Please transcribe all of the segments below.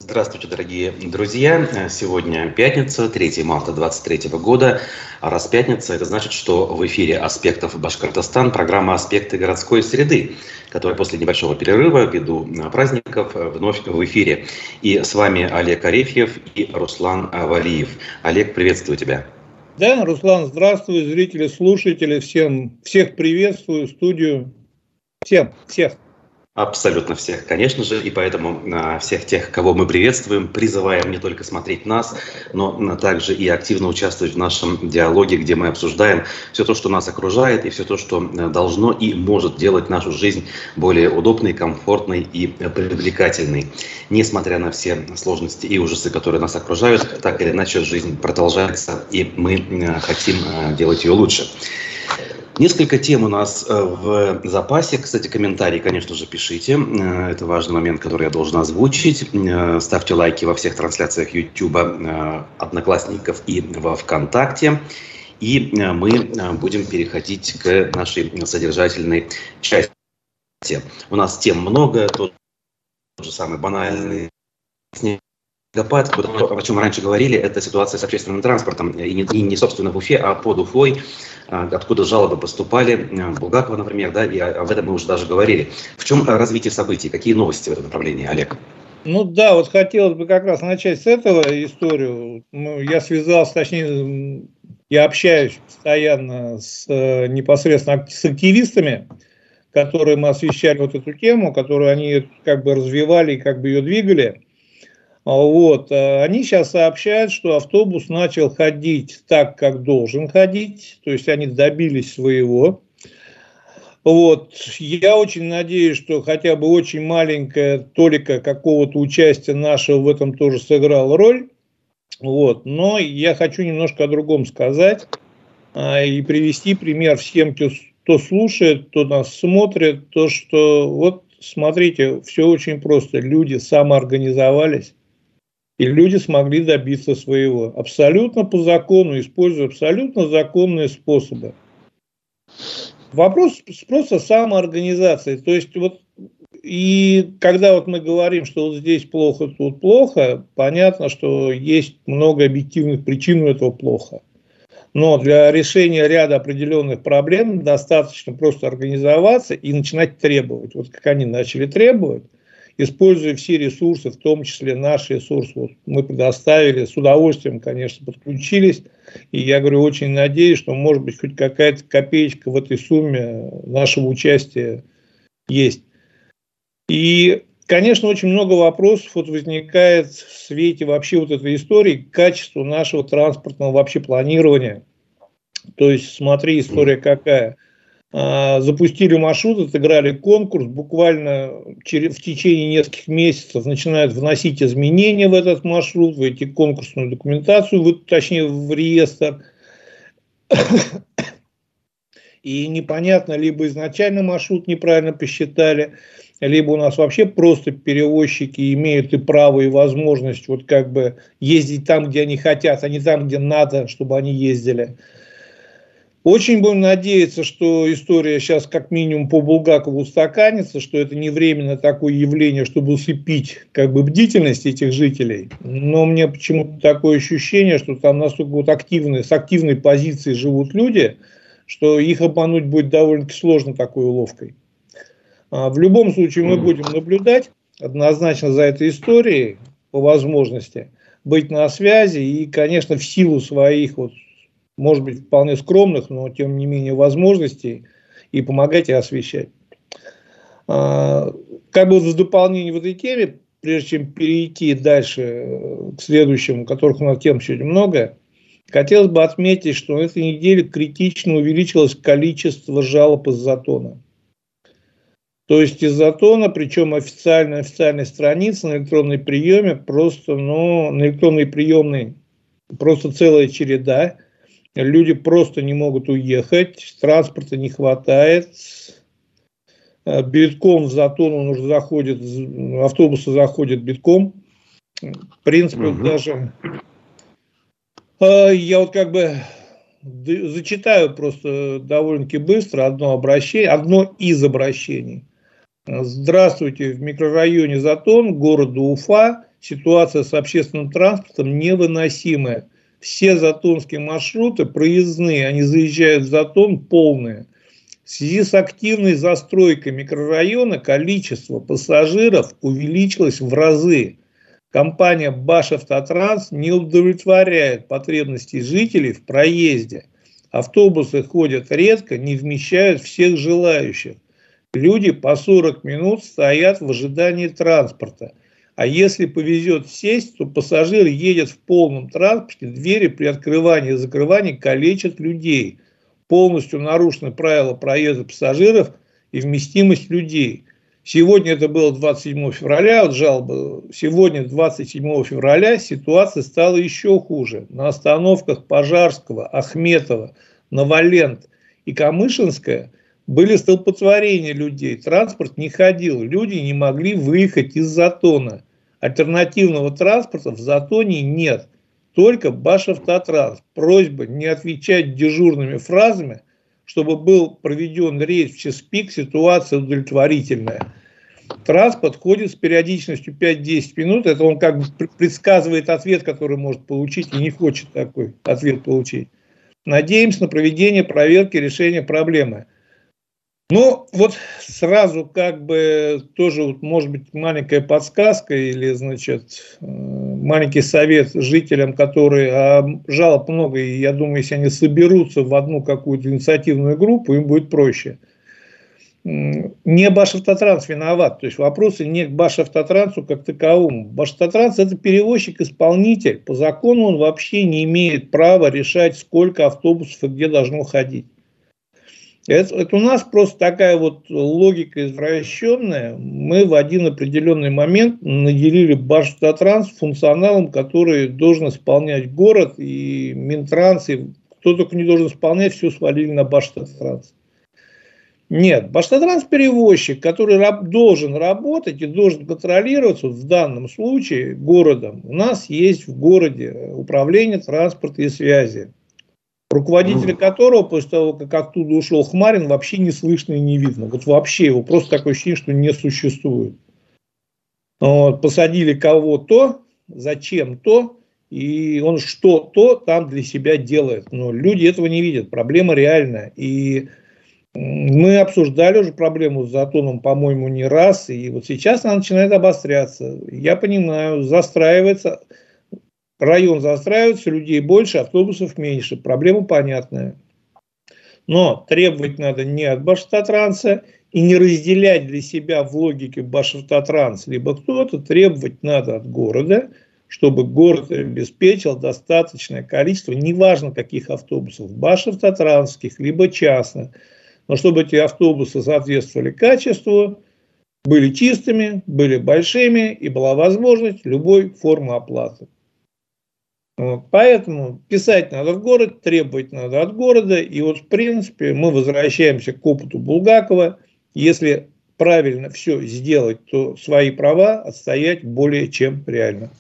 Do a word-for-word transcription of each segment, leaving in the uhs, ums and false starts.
Здравствуйте, дорогие друзья. Сегодня пятница, третьего марта две тысячи двадцать третьего года. А раз пятница, это значит, что в эфире «Аспектов Башкортостан» программа «Аспекты городской среды», которая после небольшого перерыва ввиду праздников вновь в эфире. И с вами Олег Арефьев и Руслан Валиев. Олег, приветствую тебя. Да, Руслан, здравствуй, зрители, слушатели, всем, всех приветствую, студию, всем, всех. Абсолютно всех, конечно же, и поэтому а, всех тех, кого мы приветствуем, призываем не только смотреть нас, но а, также и активно участвовать в нашем диалоге, где мы обсуждаем все то, что нас окружает, и все то, что а, должно и может делать нашу жизнь более удобной, комфортной и а, привлекательной. Несмотря на все сложности и ужасы, которые нас окружают, так или иначе жизнь продолжается, и мы а, хотим а, делать ее лучше. Несколько тем у нас в запасе. Кстати, комментарии, конечно же, пишите. Это важный момент, который я должен озвучить. Ставьте лайки во всех трансляциях YouTube, Одноклассников и во ВКонтакте. И мы будем переходить к нашей содержательной части. У нас тем много, тот же самый банальный снегопад, о чем мы раньше говорили, это ситуация с общественным транспортом. И не, и не собственно в Уфе, а под Уфой, откуда жалобы поступали, Булгакова, например, да, и об этом мы уже даже говорили. В чем развитие событий? Какие новости в этом направлении, Олег? Ну да, вот хотелось бы как раз начать с этого историю. Ну, я связался, точнее, я общаюсь постоянно с непосредственно с активистами, которые мы освещали вот эту тему, которую они как бы развивали и как бы ее двигали. Вот. Они сейчас сообщают, что автобус начал ходить так, как должен ходить, то есть они добились своего. Вот. Я очень надеюсь, что хотя бы очень маленькая толика какого-то участия нашего в этом тоже сыграла роль. Вот. Но я хочу немножко о другом сказать и привести пример всем, кто слушает, кто нас смотрит, то, что вот смотрите, все очень просто, люди самоорганизовались. И люди смогли добиться своего. Абсолютно по закону, используя абсолютно законные способы. Вопрос просто самоорганизации. То есть вот, и когда вот мы говорим, что вот здесь плохо, тут плохо, понятно, что есть много объективных причин этого плохо. Но для решения ряда определенных проблем достаточно просто организоваться и начинать требовать. Вот как они начали требовать, используя все ресурсы, в том числе наши ресурсы, вот мы предоставили, с удовольствием, конечно, подключились. И я говорю, очень надеюсь, что, может быть, хоть какая-то копеечка в этой сумме нашего участия есть. И, конечно, очень много вопросов вот возникает в свете вообще вот этой истории, качества нашего транспортного вообще планирования. То есть, смотри, история какая. Запустили маршрут, отыграли конкурс, буквально в течение нескольких месяцев начинают вносить изменения в этот маршрут, в эти конкурсную документацию, точнее в реестр. И непонятно, либо изначально маршрут неправильно посчитали, либо у нас вообще просто перевозчики имеют и право, и возможность вот как бы ездить там, где они хотят, а не там, где надо, чтобы они ездили. Очень будем надеяться, что история сейчас как минимум по Булгакову устаканится, что это не временно такое явление, чтобы усыпить как бы бдительность этих жителей. Но мне почему-то такое ощущение, что там настолько вот активные, с активной позиции живут люди, что их обмануть будет довольно-таки сложно такой уловкой. В любом случае мы будем наблюдать однозначно за этой историей по возможности, быть на связи и, конечно, в силу своих вот, может быть, вполне скромных, но тем не менее возможностей, и помогать и освещать. Как бы в дополнение в этой теме, прежде чем перейти дальше к следующему, которых у нас тем сегодня много, хотелось бы отметить, что на этой неделе критично увеличилось количество жалоб из Затона. То есть из Затона, причем официальной официальной страницы на электронной приеме, просто, ну, на электронной приемной просто целая череда. Люди просто не могут уехать, транспорта не хватает, битком в Затон он уже заходит, автобусы заходят битком. В принципе, угу. даже я вот как бы зачитаю просто довольно-таки быстро одно обращение, одно из обращений. Здравствуйте, в микрорайоне Затон, города Уфа, ситуация с общественным транспортом невыносимая. Все затонские маршруты проездные, они заезжают в Затон полные. В связи с активной застройкой микрорайона количество пассажиров увеличилось в разы. Компания «Башавтотранс» не удовлетворяет потребности жителей в проезде. Автобусы ходят редко, не вмещают всех желающих. Люди по сорок минут стоят в ожидании транспорта. А если повезет сесть, то пассажир едет в полном транспорте, двери при открывании и закрывании калечат людей. Полностью нарушены правила проезда пассажиров и вместимость людей. Сегодня это было двадцать седьмого февраля, вот жалоба. Сегодня, двадцать седьмого февраля, ситуация стала еще хуже. На остановках Пожарского, Ахметова, Новолент и Камышинская были столпотворения людей. Транспорт не ходил, люди не могли выехать из Затона. Альтернативного транспорта в Затоне нет. Только Башавтотранс. Просьба не отвечать дежурными фразами, чтобы был проведен рейс в час пик, ситуация удовлетворительная. Транспорт ходит с периодичностью пять-десять минут. Это он как бы предсказывает ответ, который может получить, и не хочет такой ответ получить. Надеемся на проведение проверки решения проблемы. Ну, вот сразу как бы тоже, вот, может быть, маленькая подсказка или, значит, маленький совет жителям, которые, а жалоб много, и я думаю, если они соберутся в одну какую-то инициативную группу, им будет проще. Не Башавтотранс виноват, то есть вопросы не к Башавтотрансу как таковому. Башавтотранс — это перевозчик-исполнитель, по закону он вообще не имеет права решать, сколько автобусов и где должно ходить. Это, это у нас просто такая вот логика извращенная. Мы в один определенный момент наделили Башавтотранс функционалом, который должен исполнять город, и Минтранс, и кто только не должен исполнять, все свалили на Башавтотранс. Нет, Башавтотранс перевозчик, который раб, должен работать и должен контролироваться, в данном случае городом. У нас есть в городе управление транспорта и связи, руководителя которого, после того, как оттуда ушел Хмарин, вообще не слышно и не видно. Вот вообще его просто такое ощущение, что не существует. Вот, посадили кого-то, зачем-то, и он что-то там для себя делает. Но люди этого не видят, проблема реальная. И мы обсуждали уже проблему с Затоном, по-моему, не раз, и вот сейчас она начинает обостряться. Я понимаю, застраивается... Район застраивается, людей больше, автобусов меньше. Проблема понятная. Но требовать надо не от Башавтотранса и не разделять для себя в логике Башавтотранс либо кто-то. Требовать надо от города, чтобы город обеспечил достаточное количество, неважно каких автобусов, башавтотранских, либо частных, но чтобы эти автобусы соответствовали качеству, были чистыми, были большими и была возможность любой формы оплаты. Вот, поэтому писать надо в город, требовать надо от города. И вот в принципе мы возвращаемся к опыту Булгакова. Если правильно все сделать, то свои права отстоять более чем реально.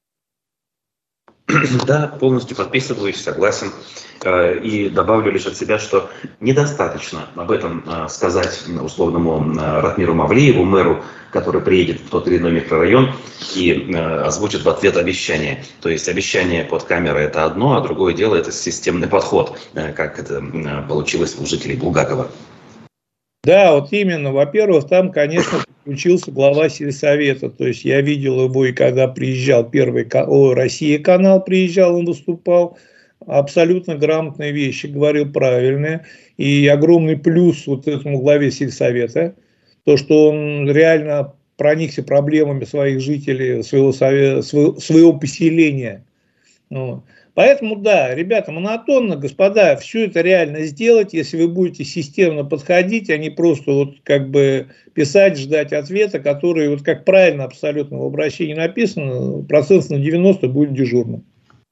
Да, полностью подписываюсь, согласен. И добавлю лишь от себя, что недостаточно об этом сказать условному Ратмиру Мавлееву, мэру, который приедет в тот или иной микрорайон и озвучит в ответ обещание. То есть обещание под камерой — это одно, а другое дело — это системный подход, как это получилось у жителей Булгакова. Да, вот именно. Во-первых, там, конечно, подключился глава сельсовета. То есть я видел его, и когда приезжал первый о, Россия канал, приезжал, он выступал. Абсолютно грамотные вещи, говорил правильные. И огромный плюс вот этому главе сельсовета. То, что он реально проникся проблемами своих жителей, своего, своего, своего поселения. Вот. Поэтому, да, ребята, монотонно, господа, все это реально сделать, если вы будете системно подходить, а не просто вот как бы писать, ждать ответа, который, вот как правильно абсолютно в обращении написано, процентов на девяносто будет дежурным.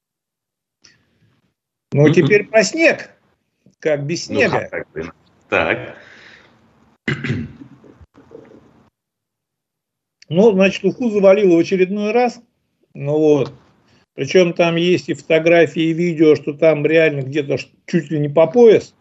Ну, mm-hmm. Теперь про снег, как без снега. Ну, так. Ну, значит, Уфу завалило в очередной раз, ну вот. Причем там есть и фотографии, и видео, что там реально где-то чуть ли не по пояс.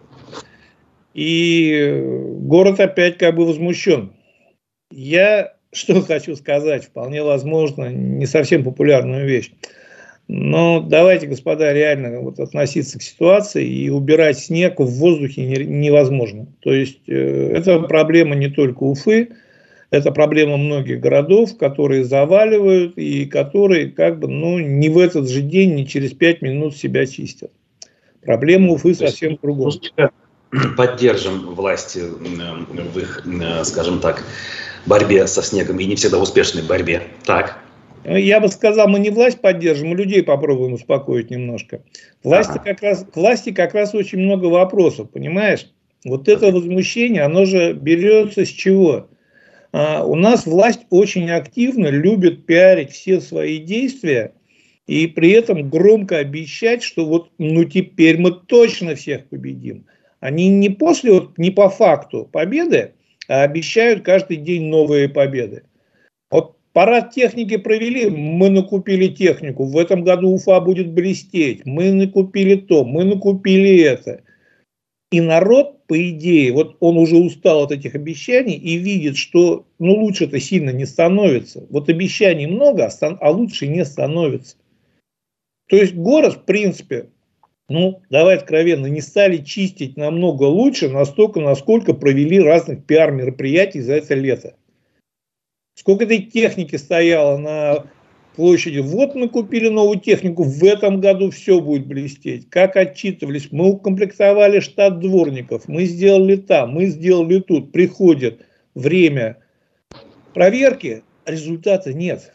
И город опять как бы возмущен. Я что хочу сказать, вполне возможно, не совсем популярную вещь. Но давайте, господа, реально вот относиться к ситуации, и убирать снег в воздухе невозможно. То есть э, это проблема не только Уфы, это проблема многих городов, которые заваливают и которые как бы, ну, не в этот же день, не через пять минут себя чистят. Проблема Уфы совсем в другом. Поддержим власти в их, скажем так, борьбе со снегом, и не всегда успешной борьбе. Так. Я бы сказал, мы не власть поддержим, мы людей попробуем успокоить немножко. Власти ага. как раз, к власти как раз очень много вопросов, понимаешь? Вот это возмущение, оно же берется с чего? А, у нас власть очень активно любит пиарить все свои действия и при этом громко обещать, что вот ну теперь мы точно всех победим. Они не после, вот, не по факту победы, а обещают каждый день новые победы. Вот парад техники провели, мы накупили технику, в этом году Уфа будет блестеть, мы накупили то, мы накупили это. И народ, по идее, вот он уже устал от этих обещаний и видит, что ну лучше-то сильно не становится. Вот обещаний много, а лучше не становится. То есть город, в принципе, ну, давай откровенно, не стали чистить намного лучше, настолько, насколько провели разных пиар-мероприятий за это лето. Сколько этой техники стояло на площади. Вот мы купили новую технику, в этом году все будет блестеть. Как отчитывались, мы укомплектовали штат дворников, мы сделали там, мы сделали тут. Приходит время проверки, результата нет.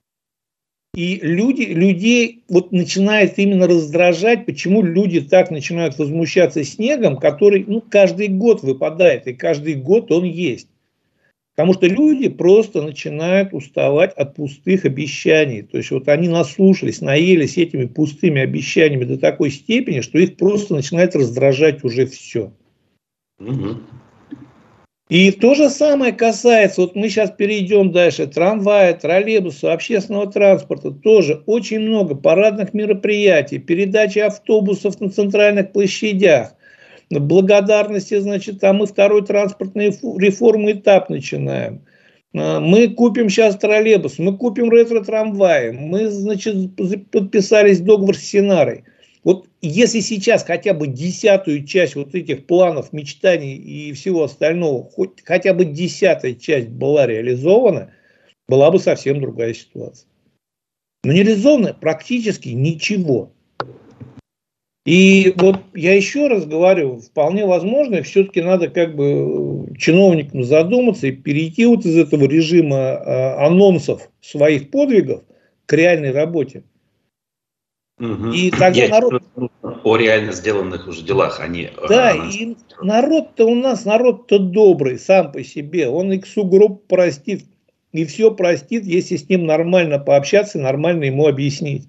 И люди, людей вот начинает именно раздражать, почему люди так начинают возмущаться снегом, который ну, каждый год выпадает, и каждый год он есть. Потому что люди просто начинают уставать от пустых обещаний. То есть вот они наслушались, наелись этими пустыми обещаниями до такой степени, что их просто начинает раздражать уже все. Угу. И то же самое касается, вот мы сейчас перейдем дальше, трамвая, троллейбуса, общественного транспорта, тоже очень много парадных мероприятий, передачи автобусов на центральных площадях, благодарности, значит, там мы второй транспортной реформы этап начинаем. Мы купим сейчас троллейбус, мы купим ретро-трамваи, мы, значит, подписались договор с Синарой. Вот если сейчас хотя бы десятую часть вот этих планов, мечтаний и всего остального, хоть хотя бы десятая часть была реализована, была бы совсем другая ситуация. Но не реализовано практически ничего. И вот я еще раз говорю, вполне возможно, все-таки надо как бы чиновникам задуматься и перейти вот из этого режима анонсов своих подвигов к реальной работе. Угу. И тогда Я народ... О реально сделанных уже делах, а не... Да, и народ-то у нас, народ-то добрый сам по себе. Он и к сугроб простит, и все простит, если с ним нормально пообщаться и нормально ему объяснить.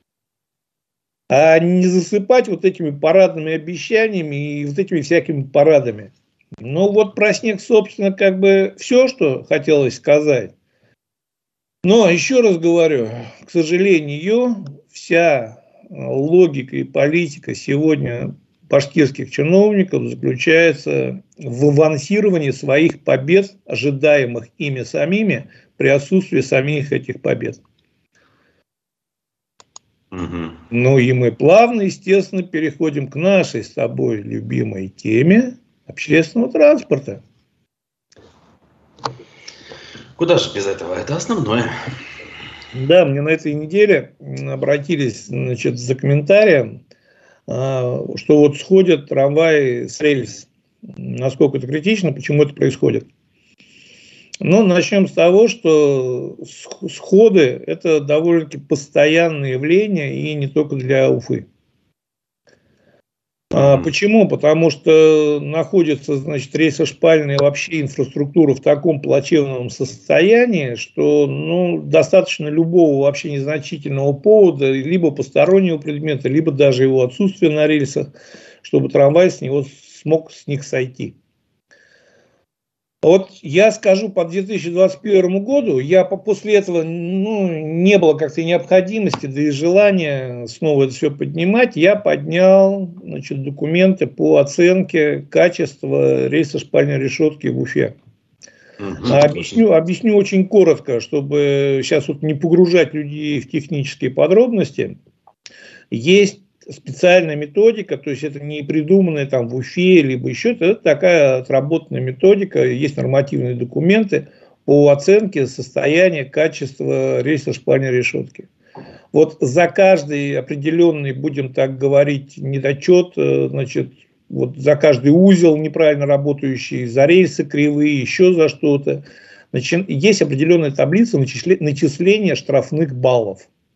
А не засыпать вот этими парадными обещаниями и вот этими всякими парадами. Ну вот про снег, собственно, как бы все, что хотелось сказать. Но еще раз говорю, к сожалению, вся логика и политика сегодня башкирских чиновников заключается в авансировании своих побед, ожидаемых ими самими, при отсутствии самих этих побед. Угу. Ну и мы плавно, естественно, переходим к нашей с тобой любимой теме общественного транспорта. Куда же без этого? Это основное. Да, мне на этой неделе обратились, значит, за комментарием, что вот сходят трамваи с рельс. Насколько это критично, почему это происходит? Ну, начнем с того, что сходы – это довольно-таки постоянное явление, и не только для Уфы. А почему? Потому что находится, значит, рельсошпальная вообще инфраструктура в таком плачевном состоянии, что ну, достаточно любого вообще незначительного повода, либо постороннего предмета, либо даже его отсутствия на рельсах, чтобы трамвай с него смог с них сойти. Вот я скажу, по две тысячи двадцать первому году, я после этого ну, не было как-то необходимости, да и желания снова это все поднимать, я поднял значит, документы по оценке качества рельсошпальной решетки в Уфе. Угу. Объясню, объясню очень коротко, чтобы сейчас вот не погружать людей в технические подробности. Есть специальная методика, то есть это не придуманная там в Уфе, либо еще, это такая отработанная методика, есть нормативные документы по оценке состояния, качества рельсно-шпальной решетки. Вот за каждый определенный, будем так говорить, недочет, значит, вот за каждый узел неправильно работающий, за рельсы кривые, еще за что-то, значит, есть определенная таблица начисления штрафных баллов.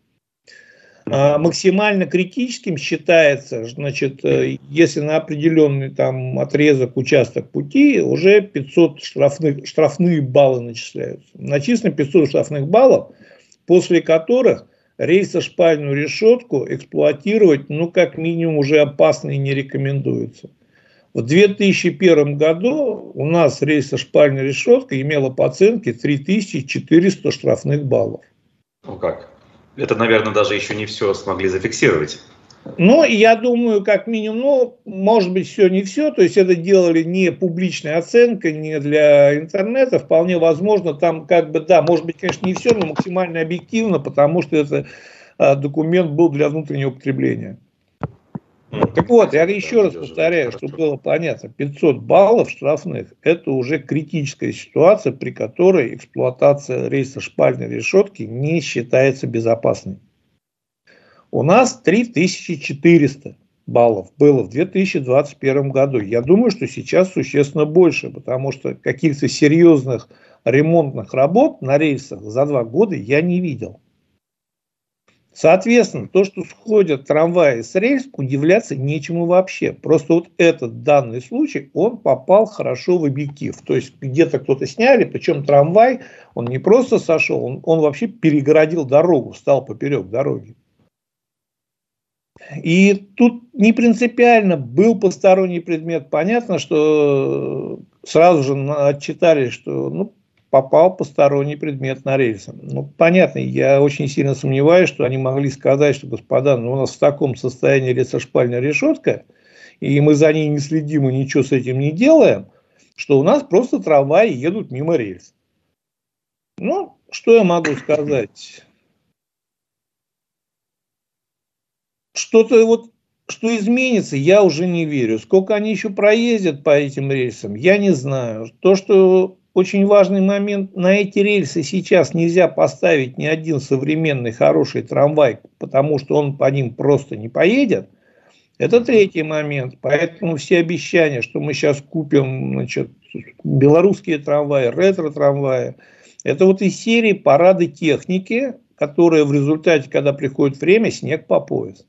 А максимально критическим считается, значит, если на определенный там отрезок, участок пути уже пятьсот штрафных, штрафные баллы начисляются. Начислено пятьсот штрафных баллов, после которых рельсо-шпальную решетку эксплуатировать, ну, как минимум, уже опасно и не рекомендуется. В две тысячи первом году у нас рельсо-шпальная решетка имела по оценке три тысячи четыреста штрафных баллов. Ну как? Это, наверное, даже еще не все смогли зафиксировать. Ну, я думаю, как минимум, ну, может быть, все не все. То есть, это делали не публичная оценка, не для интернета. Вполне возможно, там как бы, да, может быть, конечно, не все, но максимально объективно, потому что это а, документ был для внутреннего потребления. Так вот, я еще раз повторяю, чтобы было понятно, пятьсот баллов штрафных – это уже критическая ситуация, при которой эксплуатация рельсо-шпальной решетки не считается безопасной. У нас три тысячи четыреста баллов было в две тысячи двадцать первом году. Я думаю, что сейчас существенно больше, потому что каких-то серьезных ремонтных работ на рельсах за два года я не видел. Соответственно, то, что сходят трамваи с рельс, удивляться нечему вообще. Просто вот этот данный случай, он попал хорошо в объектив. То есть, где-то кто-то сняли, причем трамвай, он не просто сошел, он, он вообще перегородил дорогу, встал поперек дороги. И тут не принципиально, был посторонний предмет. Понятно, что сразу же отчитали, что ну, попал посторонний предмет на рельсы. Ну, понятно, я очень сильно сомневаюсь, что они могли сказать, что, господа, ну, у нас в таком состоянии рельсо-шпальная решетка, и мы за ней не следим и ничего с этим не делаем, что у нас просто трамваи едут мимо рельс. Ну, что я могу сказать? Что-то вот, что изменится, я уже не верю. Сколько они еще проездят по этим рельсам, я не знаю. То, что очень важный момент, на эти рельсы сейчас нельзя поставить ни один современный хороший трамвай, потому что он по ним просто не поедет. Это третий момент. Поэтому все обещания, что мы сейчас купим, значит, белорусские трамваи, ретро-трамваи, это вот из серии парады техники, которые в результате, когда приходит время, снег по пояс.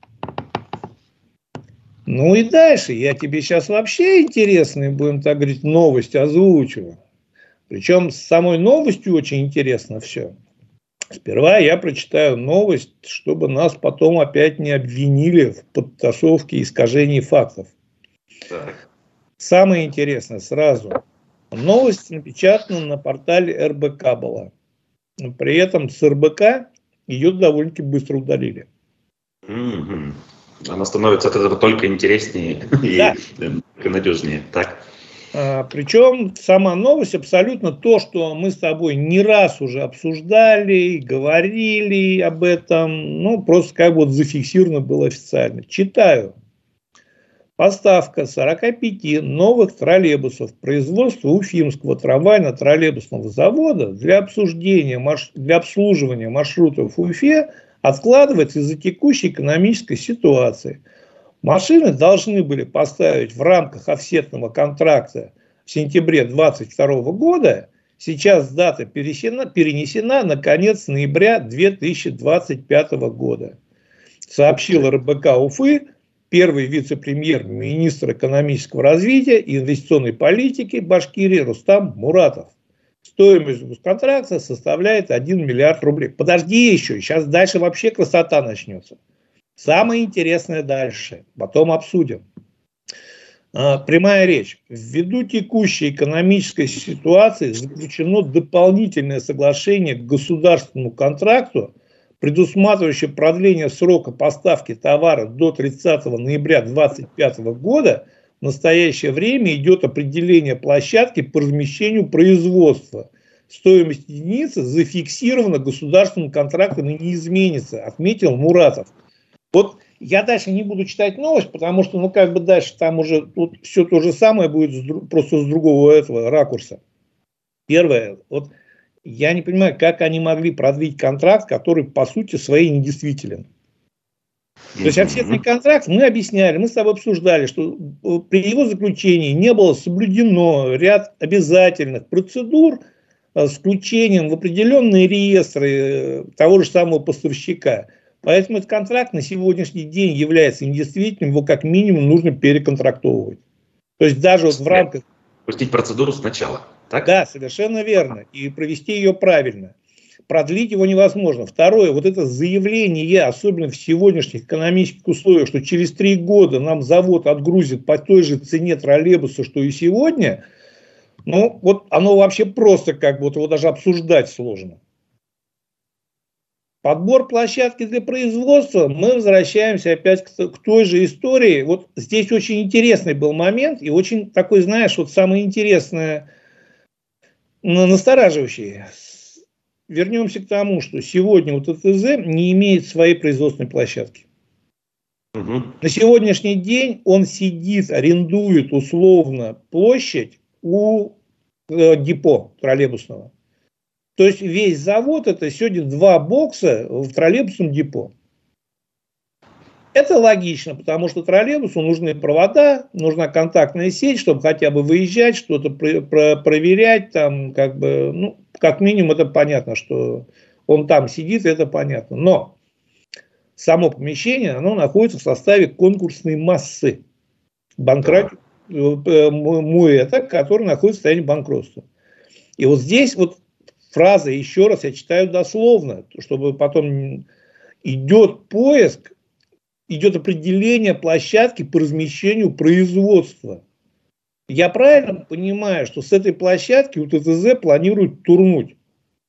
Ну и дальше, я тебе сейчас вообще интересные, будем так говорить, новости озвучиваю. Причем с самой новостью очень интересно все. Сперва я прочитаю новость, чтобы нас потом опять не обвинили в подтасовке и искажении фактов. Так. Самое интересное сразу. Новость напечатана на портале эр бэ ка была. Но при этом с эр бэ ка ее довольно-таки быстро удалили. Mm-hmm. Она становится от этого только интереснее да. и надежнее. Так. А, причем сама новость абсолютно то, что мы с тобой не раз уже обсуждали, говорили об этом, ну, просто как бы вот зафиксировано было официально. Читаю. Поставка сорок пять новых троллейбусов производства Уфимского трамвайно-троллейбусного завода для обсуждения, для обслуживания маршрутов в Уфе откладывается из-за текущей экономической ситуации. Машины должны были поставить в рамках офсетного контракта в сентябре две тысячи двадцать второго года. Сейчас дата перенесена, перенесена на конец ноября две тысячи двадцать пятого года. Сообщил эр бэ ка Уфы первый вице-премьер-министр экономического развития и инвестиционной политики Башкирии Рустам Муратов. Стоимость контракта составляет один миллиард рублей. Подожди еще, сейчас дальше вообще красота начнется. Самое интересное дальше, потом обсудим. А, прямая речь. Ввиду текущей экономической ситуации заключено дополнительное соглашение к государственному контракту, предусматривающее продление срока поставки товара до тридцатого ноября две тысячи двадцать пятого года в настоящее время идет определение площадки по размещению производства. Стоимость единицы зафиксирована государственным контрактом и не изменится, отметил Муратов. Вот я дальше не буду читать новость, потому что, ну, как бы дальше там уже тут все то же самое будет с, просто с другого этого ракурса. Первое, вот я не понимаю, как они могли продлить контракт, который по сути своей недействителен. То есть общественный контракт, мы объясняли, мы с тобой обсуждали, что при его заключении не было соблюдено ряд обязательных процедур с включением в определенные реестры того же самого поставщика. Поэтому этот контракт на сегодняшний день является недействительным, его как минимум нужно переконтрактовывать. То есть даже вот в рамках... Пустить процедуру сначала, так? Да, совершенно верно. И провести ее правильно. Продлить его невозможно. Второе, вот это заявление, особенно в сегодняшних экономических условиях, что через три года нам завод отгрузит по той же цене троллейбуса, что и сегодня, ну, вот оно вообще просто как бы, вот его даже обсуждать сложно. Подбор площадки для производства, мы возвращаемся опять к, к той же истории. Вот здесь очень интересный был момент и очень такой, знаешь, вот самое интересное, настораживающий. Вернемся к тому, что сегодня вот УТТЗ не имеет своей производственной площадки. Угу. На сегодняшний день он сидит, арендует условно площадь у э, депо троллейбусного. То есть весь завод это сегодня два бокса в троллейбусном депо. Это логично, потому что троллейбусу нужны провода, нужна контактная сеть, чтобы хотя бы выезжать, что-то про- про- проверять, там, как бы, ну, как минимум это понятно, что он там сидит, это понятно. Но само помещение, оно находится в составе конкурсной массы банкрот, МУЭТа, который находится в состоянии банкротства. И вот здесь вот фраза, еще раз я читаю дословно, чтобы потом идет поиск, идет определение площадки по размещению производства. Я правильно понимаю, что с этой площадки УТТЗ планирует турнуть?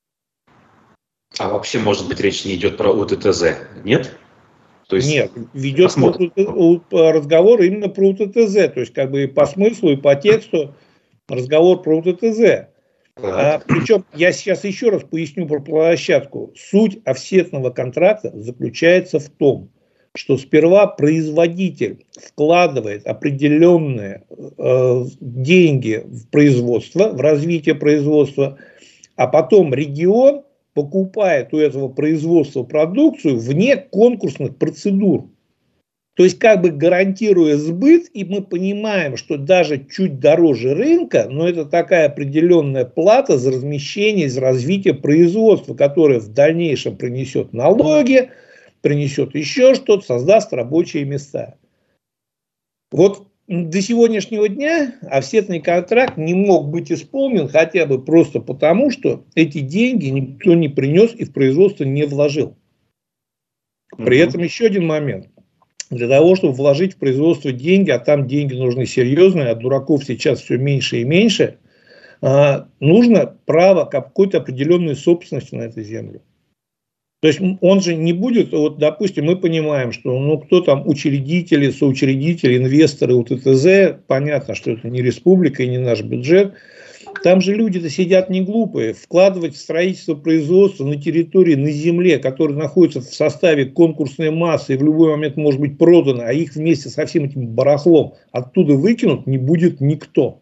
А вообще, может быть, речь не идет про УТТЗ, нет? То есть нет, ведет разговор именно про УТТЗ, то есть как бы и по смыслу, и по тексту разговор про УТТЗ. А, причем я сейчас еще раз поясню про площадку. Суть офсетного контракта заключается в том, что сперва производитель вкладывает определенные э, деньги в производство, в развитие производства, а потом регион покупает у этого производства продукцию вне конкурсных процедур. То есть как бы гарантируя сбыт, и мы понимаем, что даже чуть дороже рынка, но это такая определенная плата за размещение, за развитие производства, которое в дальнейшем принесет налоги, принесет еще что-то, создаст рабочие места. Вот до сегодняшнего дня офсетный контракт не мог быть исполнен хотя бы просто потому, что эти деньги никто не принес и в производство не вложил. При этом еще один момент. Для того, чтобы вложить в производство деньги, а там деньги нужны серьезные, а дураков сейчас все меньше и меньше, нужно право какой-то определенной собственности на эту землю. То есть он же не будет, вот допустим, мы понимаем, что ну кто там учредители, соучредители, инвесторы УТТЗ, понятно, что это не республика и не наш бюджет. Там же люди-то сидят не глупые. Вкладывать в строительство производства на территории, на земле, которая находится в составе конкурсной массы и в любой момент может быть продана, а их вместе со всем этим барахлом оттуда выкинут, не будет никто.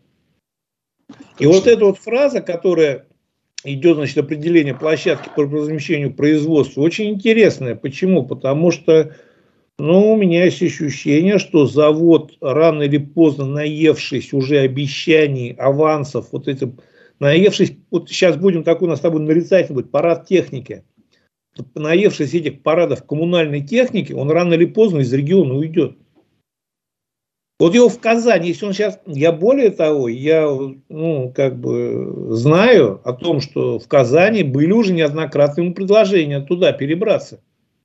И вот эта вот фраза, которая идет, значит, определение площадки по размещению производства, очень интересная. Почему? Потому что ну, у меня есть ощущение, что завод, рано или поздно наевшись уже обещаний, авансов, вот этим, наевшись, вот сейчас будем такой у нас с тобой нарицательный будет парад техники, наевшись этих парадов коммунальной техники, он рано или поздно из региона уйдет. Вот его в Казани, если он сейчас, я более того, я ну, как бы знаю о том, что в Казани были уже неоднократные предложения туда перебраться.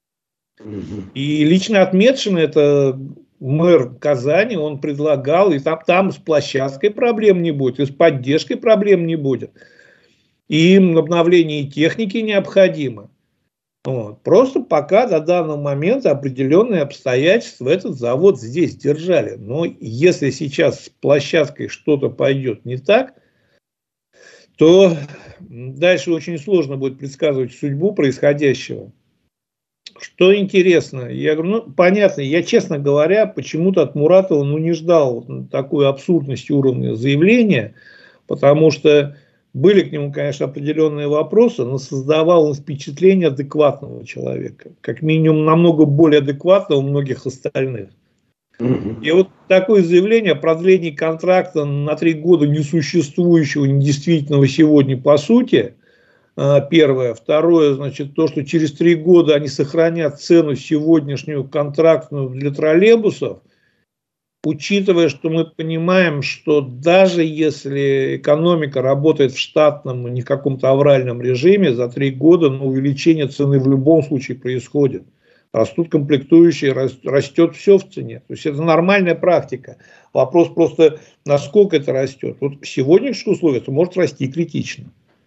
И лично отмечено, это мэр Казани, он предлагал, и там, там с площадкой проблем не будет, и с поддержкой проблем не будет. И им обновление техники необходимо. Вот. Просто пока до данного момента определенные обстоятельства этот завод здесь держали. Но если сейчас с площадкой что-то пойдет не так, то дальше очень сложно будет предсказывать судьбу происходящего. Что интересно, я говорю, ну, понятно, я, честно говоря, почему-то от Муратова ну, не ждал такой абсурдности уровня заявления, потому что были к нему, конечно, определенные вопросы, но создавал он впечатление адекватного человека, как минимум намного более адекватного многих остальных. И вот такое заявление о продлении контракта на три года несуществующего, недействительного сегодня по сути, первое. Второе, значит, то, что через три года они сохранят цену сегодняшнюю контрактную для троллейбусов, учитывая, что мы понимаем, что даже если экономика работает в штатном, не в каком-то авральном режиме, за три года ну, увеличение цены в любом случае происходит. Растут комплектующие, растет все в цене. То есть это нормальная практика. Вопрос просто, насколько это растет. Вот в сегодняшних условиях это может расти критично.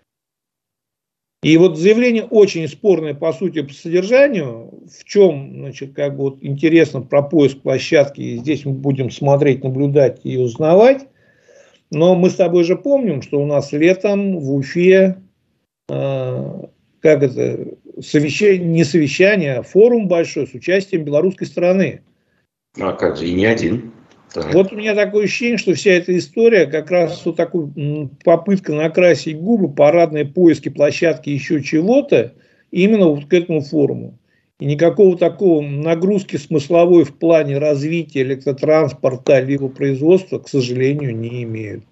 И вот заявление очень спорное по сути по содержанию, в чем, значит, как бы вот интересно про поиск площадки, и здесь мы будем смотреть, наблюдать и узнавать. Но мы с тобой же помним, что у нас летом в Уфе, э, как это, совещание, не совещание, а форум большой с участием белорусской стороны. А как же, и не один. Так. Вот у меня такое ощущение, что вся эта история как раз вот такой попытка накрасить губы, парадные поиски площадки, еще чего-то, именно вот к этому форуму. И никакого такого нагрузки смысловой в плане развития электротранспорта либо производства, к сожалению, не имеют.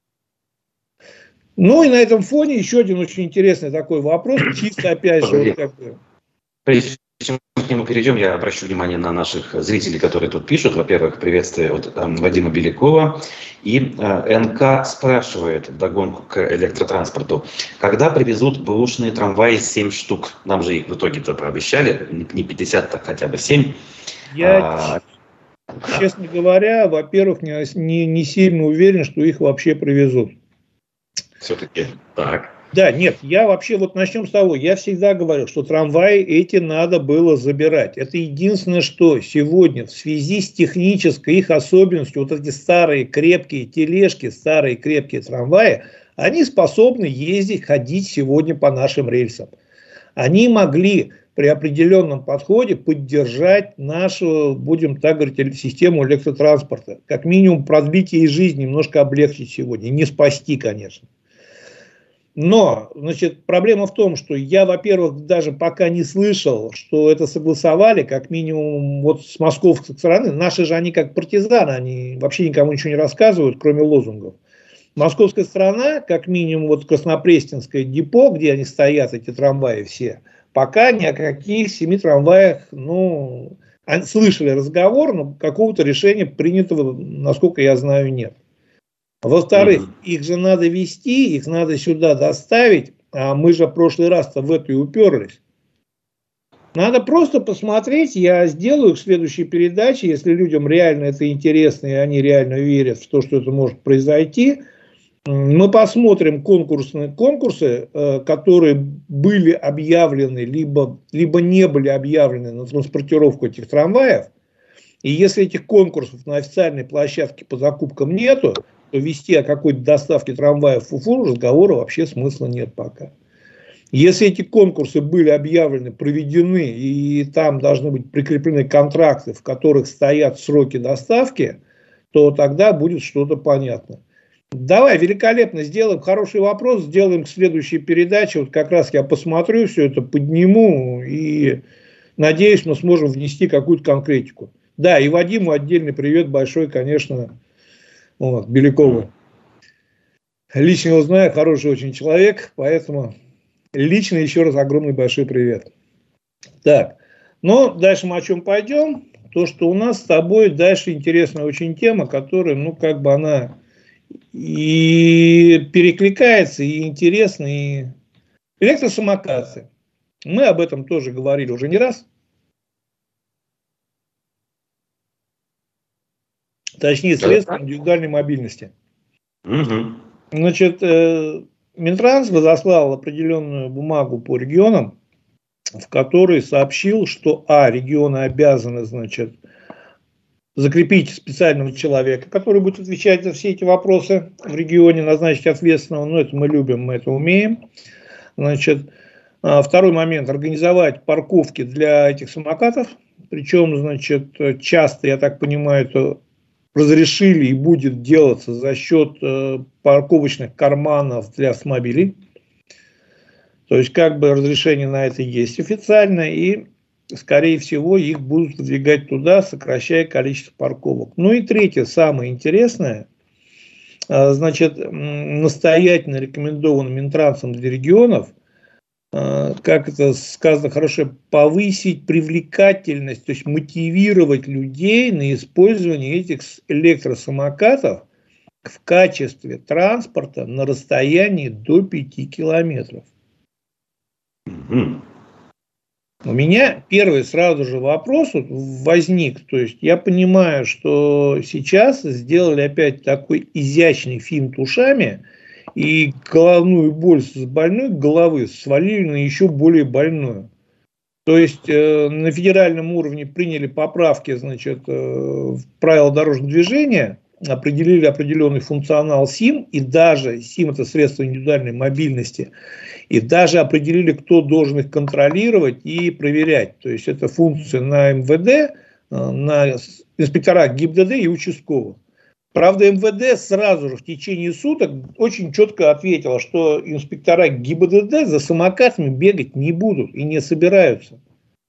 Ну и на этом фоне еще один очень интересный такой вопрос, чисто опять же, вот как бы... Прежде чем мы к нему перейдем, я обращу внимание на наших зрителей, которые тут пишут. Во-первых, приветствие от э, Вадима Белякова. И э, эн ка спрашивает вдогонку к электротранспорту, когда привезут бэушные трамваи семь штук? Нам же их в итоге-то пообещали, не пятьдесят, так хотя бы семь. Я, а, честно говоря, во-первых, не, не, не сильно уверен, что их вообще привезут. Все-таки так. Да, нет, я вообще, вот начнем с того, я всегда говорю, что трамваи эти надо было забирать. Это единственное, что сегодня в связи с технической их особенностью, вот эти старые крепкие тележки, старые крепкие трамваи, они способны ездить, ходить сегодня по нашим рельсам. Они могли при определенном подходе поддержать нашу, будем так говорить, систему электротранспорта. Как минимум продлить ей жизнь, немножко облегчить сегодня, не спасти, конечно. Но, значит, проблема в том, что я, во-первых, даже пока не слышал, что это согласовали, как минимум, вот с московской стороны. Наши же они как партизаны, они вообще никому ничего не рассказывают, кроме лозунгов. Московская сторона, как минимум, вот Краснопресненское депо, где они стоят, эти трамваи все, пока ни о каких семи трамваях, ну, слышали разговор, но какого-то решения принятого, насколько я знаю, нет. Во-вторых, mm-hmm. их же надо везти, их надо сюда доставить, а мы же в прошлый раз-то в это и уперлись. Надо просто посмотреть, я сделаю в следующей передаче, если людям реально это интересно, и они реально верят в то, что это может произойти. Мы посмотрим конкурсные конкурсы, которые были объявлены, либо, либо не были объявлены на транспортировку этих трамваев. И если этих конкурсов на официальной площадке по закупкам нету, то вести о какой-то доставке трамваев в Уфу разговора вообще смысла нет пока. Если эти конкурсы были объявлены, проведены, и там должны быть прикреплены контракты, в которых стоят сроки доставки, то тогда будет что-то понятно. Давай, великолепно, сделаем хороший вопрос, сделаем к следующей передаче. Вот как раз я посмотрю все это, подниму и надеюсь, мы сможем внести какую-то конкретику. Да, и Вадиму отдельный привет большой, конечно, вот, Белякову. Лично его знаю, хороший очень человек, поэтому лично еще раз огромный большой привет. Так, но дальше мы о чем пойдем? То, что у нас с тобой дальше интересная очень тема, которая, ну, как бы она и перекликается, и интересна, и электросамокаты. Мы об этом тоже говорили уже не раз. Точнее, средства индивидуальной мобильности. Угу. Значит, Минтранс разослал определенную бумагу по регионам, в которой сообщил, что а, регионы обязаны, значит, закрепить специального человека, который будет отвечать за все эти вопросы в регионе, назначить ответственного, ну это мы любим, мы это умеем. Значит, второй момент, организовать парковки для этих самокатов, причем, значит, часто, я так понимаю, это разрешили и будет делаться за счет парковочных карманов для автомобилей. То есть, как бы разрешение на это есть официально, и, скорее всего, их будут выдвигать туда, сокращая количество парковок. Ну и третье, самое интересное, значит, настоятельно рекомендовано Минтрансом для регионов, как это сказано хорошо, повысить привлекательность, то есть мотивировать людей на использование этих электросамокатов в качестве транспорта на расстоянии до пяти километров. У меня первый сразу же вопрос возник, то есть я понимаю, что сейчас сделали опять такой изящный финт ушами и головную боль с больной головы свалили на еще более больную. То есть э, на федеральном уровне приняли поправки, значит, э, в правила дорожного движения, определили определенный функционал СИМ, и даже СИМ это средство индивидуальной мобильности, и даже определили, кто должен их контролировать и проверять. То есть это функция на МВД, на инспекторах ГИБДД и участковых. Правда, МВД сразу же в течение суток очень четко ответила, что инспектора ГИБДД за самокатами бегать не будут и не собираются.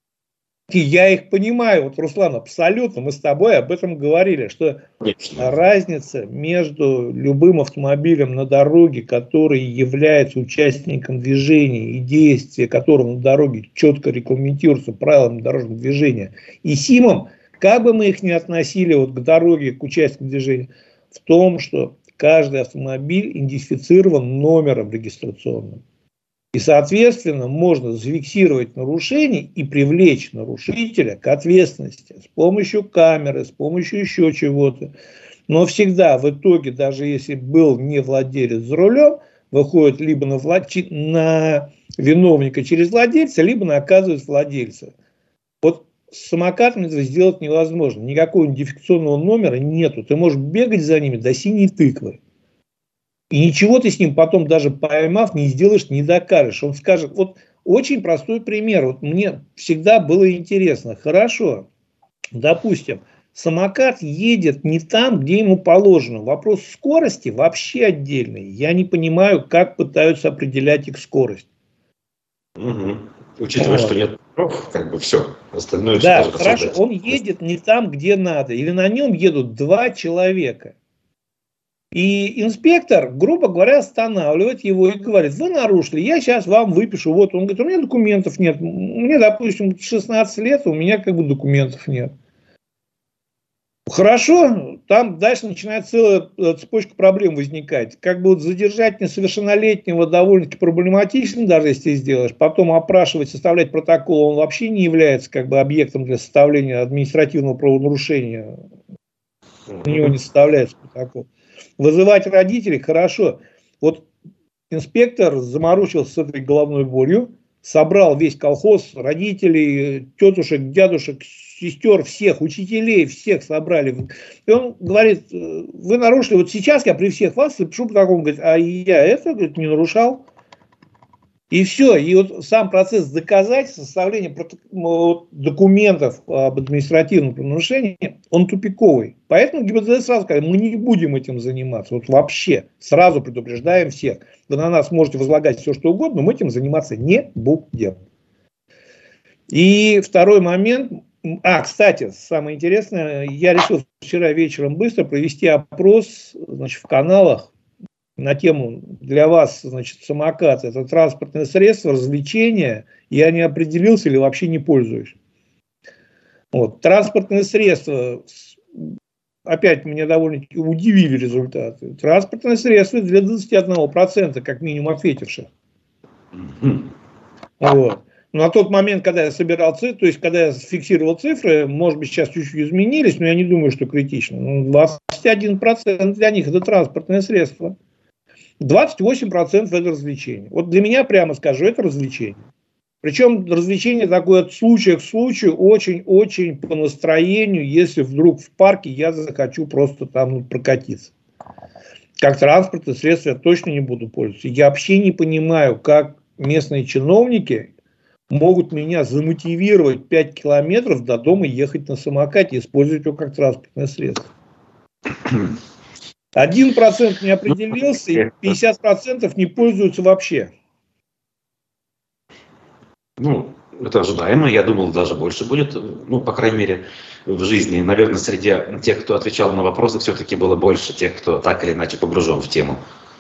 И я их понимаю, вот, Руслан, абсолютно, мы с тобой об этом говорили, что Конечно. разница между любым автомобилем на дороге, который является участником движения и действия которого на дороге четко регламентируются правилами дорожного движения, и СИМом, как бы мы их ни относили вот к дороге, к участнику движения, в том, что каждый автомобиль идентифицирован номером регистрационным. И, соответственно, можно зафиксировать нарушение и привлечь нарушителя к ответственности с помощью камеры, с помощью еще чего-то. Но всегда в итоге, даже если был не владелец за рулем, выходит либо на, влад... на виновника через владельца, либо наказывает владельца. Вот с самокатами это сделать невозможно. Никакого идентификационного номера нету. Ты можешь бегать за ними до синей тыквы. И ничего ты с ним потом, даже поймав, не сделаешь, не докажешь. Он скажет, вот очень простой пример. Вот мне всегда было интересно. Хорошо, допустим, самокат едет не там, где ему положено. Вопрос скорости вообще отдельный. Я не понимаю, как пытаются определять их скорость. Угу. Учитывая, вот. что нет прав, как бы все. Остальное да, все хорошо, обсуждать. Он едет не там, где надо. Или на нем едут два человека. И инспектор, грубо говоря, останавливает его и говорит, вы нарушили, я сейчас вам выпишу. Вот он говорит, у меня документов нет. Мне, допустим, шестнадцать лет, у меня как бы документов нет. Хорошо, там дальше начинает целая цепочка проблем возникать. Как бы вот задержать несовершеннолетнего довольно-таки проблематично, даже если сделаешь. Потом опрашивать, составлять протокол, он вообще не является как бы объектом для составления административного правонарушения. У него не составляется протокол. Вызывать родителей, хорошо. Вот инспектор заморочился с этой головной болью, собрал весь колхоз, родителей, тетушек, дядушек, сестер, всех, учителей, всех собрали. И он говорит, вы нарушили, вот сейчас я при всех вас пишу протокол, он говорит, а я это говорит, не нарушал. И все, и вот сам процесс доказательства, составления документов об административном правонарушении, он тупиковый. Поэтому ГИБДД сразу сказали, мы не будем этим заниматься. Вот вообще, сразу предупреждаем всех. Вы на нас можете возлагать все, что угодно, но мы этим заниматься не будем. И второй момент. А, кстати, самое интересное, я решил вчера вечером быстро провести опрос, значит, в каналах на тему для вас, значит, самокат, это транспортное средство, развлечение, я не определился или вообще не пользуюсь. Вот. Транспортное средство, опять меня довольно удивили результаты. Транспортное средство для двадцати одного процента, как минимум, ответивших. Mm-hmm. Вот. На тот момент, когда я собирал цифры, то есть, когда я фиксировал цифры, может быть, сейчас чуть-чуть изменились, но я не думаю, что критично. двадцать один процент для них это транспортное средство. двадцать восемь процентов это развлечение. Вот для меня, прямо скажу, это развлечение. Причем развлечение такое от случая к случаю, очень-очень по настроению, если вдруг в парке я захочу просто там ну, прокатиться. Как транспортное средство я точно не буду пользоваться. Я вообще не понимаю, как местные чиновники могут меня замотивировать пять километров до дома ехать на самокате и использовать его как транспортное средство. Один процент не определился, и пятьдесят процентов не пользуются вообще. Ну, это ожидаемо. Я думал, даже больше будет. Ну, по крайней мере, в жизни. Наверное, среди тех, кто отвечал на вопросы, все-таки было больше тех, кто так или иначе погружен в тему.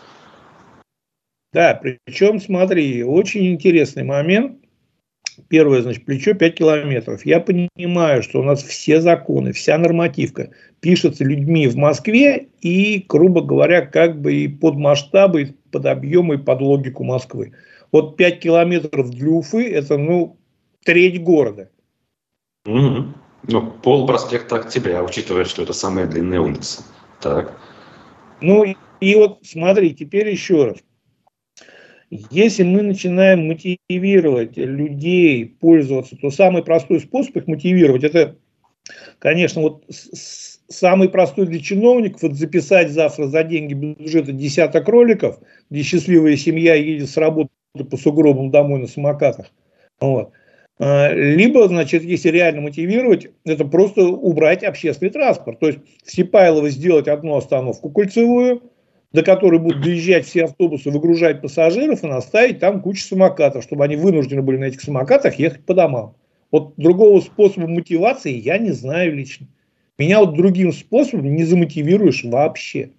Да, причем, смотри, очень интересный момент. Первое, значит, плечо пять километров. Я понимаю, что у нас все законы, вся нормативка пишется людьми в Москве и, грубо говоря, как бы и под масштабы, и под объемы, и под логику Москвы. Вот пять километров для Уфы – это, ну, треть города. Mm-hmm. Ну, пол проспекта Октября, учитывая, что это самая длинная улица. Так. Ну, и вот смотри, теперь еще раз. Если мы начинаем мотивировать людей пользоваться, то самый простой способ их мотивировать, это, конечно, вот самый простой для чиновников, это записать завтра за деньги бюджета десяток роликов, где счастливая семья едет с работы по сугробам домой на самокатах. Вот. Либо, значит, если реально мотивировать, это просто убрать общественный транспорт. То есть в Сипайлово сделать одну остановку кольцевую, до которой будут доезжать все автобусы, выгружать пассажиров и наставить там кучу самокатов, чтобы они вынуждены были на этих самокатах ехать по домам. Вот другого способа мотивации я не знаю лично. Меня вот другим способом не замотивируешь вообще.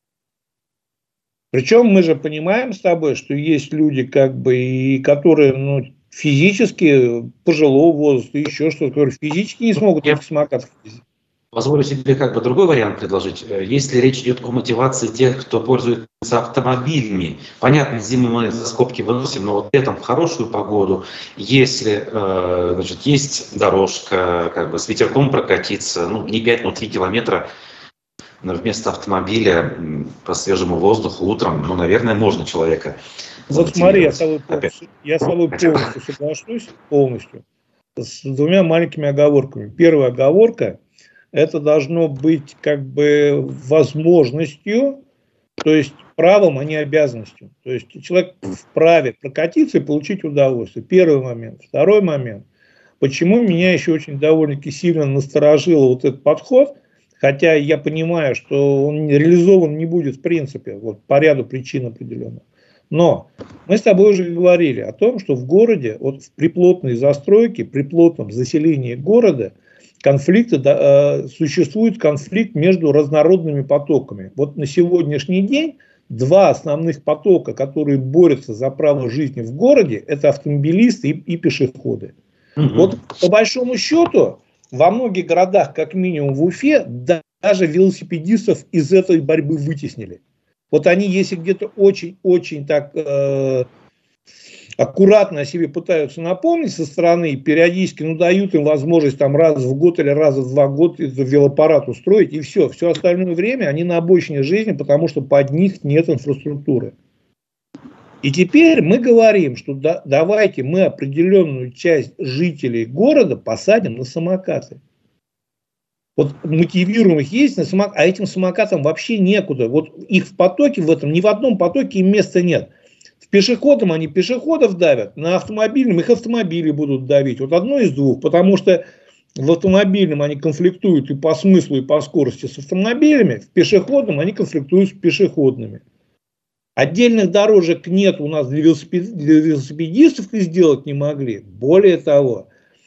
Причем мы же понимаем с тобой, что есть люди, как бы, и которые, ну, физически пожилого возраста, еще что-то, которые физически не смогут на этих самокатах ездить. Позволю себе как бы другой вариант предложить. Если речь идет о мотивации тех, кто пользуется автомобилями, понятно, зимой мы за скобки выносим, но вот летом в хорошую погоду, если э, значит, есть дорожка, как бы с ветерком прокатиться, ну не пять, но три километра вместо автомобиля по свежему воздуху утром, ну, наверное, можно человека. Вот смотри, я с тобой, я с тобой полностью соглашусь, полностью, с двумя маленькими оговорками. Первая оговорка – это должно быть как бы возможностью, то есть правом, а не обязанностью. То есть человек вправе прокатиться и получить удовольствие. Первый момент. Второй момент. Почему меня еще очень довольно-таки сильно насторожило вот этот подход, хотя я понимаю, что он реализован не будет в принципе, вот по ряду причин определенных. Но мы с тобой уже говорили о том, что в городе, вот при плотной застройке, при плотном заселении города, конфликты, да, существует конфликт между разнородными потоками. Вот на сегодняшний день два основных потока, которые борются за право жизни в городе, это автомобилисты и, и пешеходы. Угу. Вот по большому счету во многих городах, как минимум в Уфе, даже велосипедистов из этой борьбы вытеснили. Вот они, если где-то очень-очень так э, аккуратно о себе пытаются напомнить со стороны, периодически, ну, дают им возможность там раз в год или раз в два года велопарад устроить, и все. Все остальное время они на обочине жизни, потому что под них нет инфраструктуры. И теперь мы говорим, что да, давайте мы определенную часть жителей города посадим на самокаты. Вот мотивируем их ездить на самокат, а этим самокатам вообще некуда. Вот их в потоке в этом, ни в одном потоке им места нет. В пешеходам они пешеходов давят, на автомобильном их автомобили будут давить. Вот одно из двух, потому что в автомобильном они конфликтуют и по смыслу, и по скорости с автомобилями, в пешеходном они конфликтуют с пешеходными. Отдельных дорожек нет у нас для, велосипед... для велосипедистов и сделать не могли. Более того,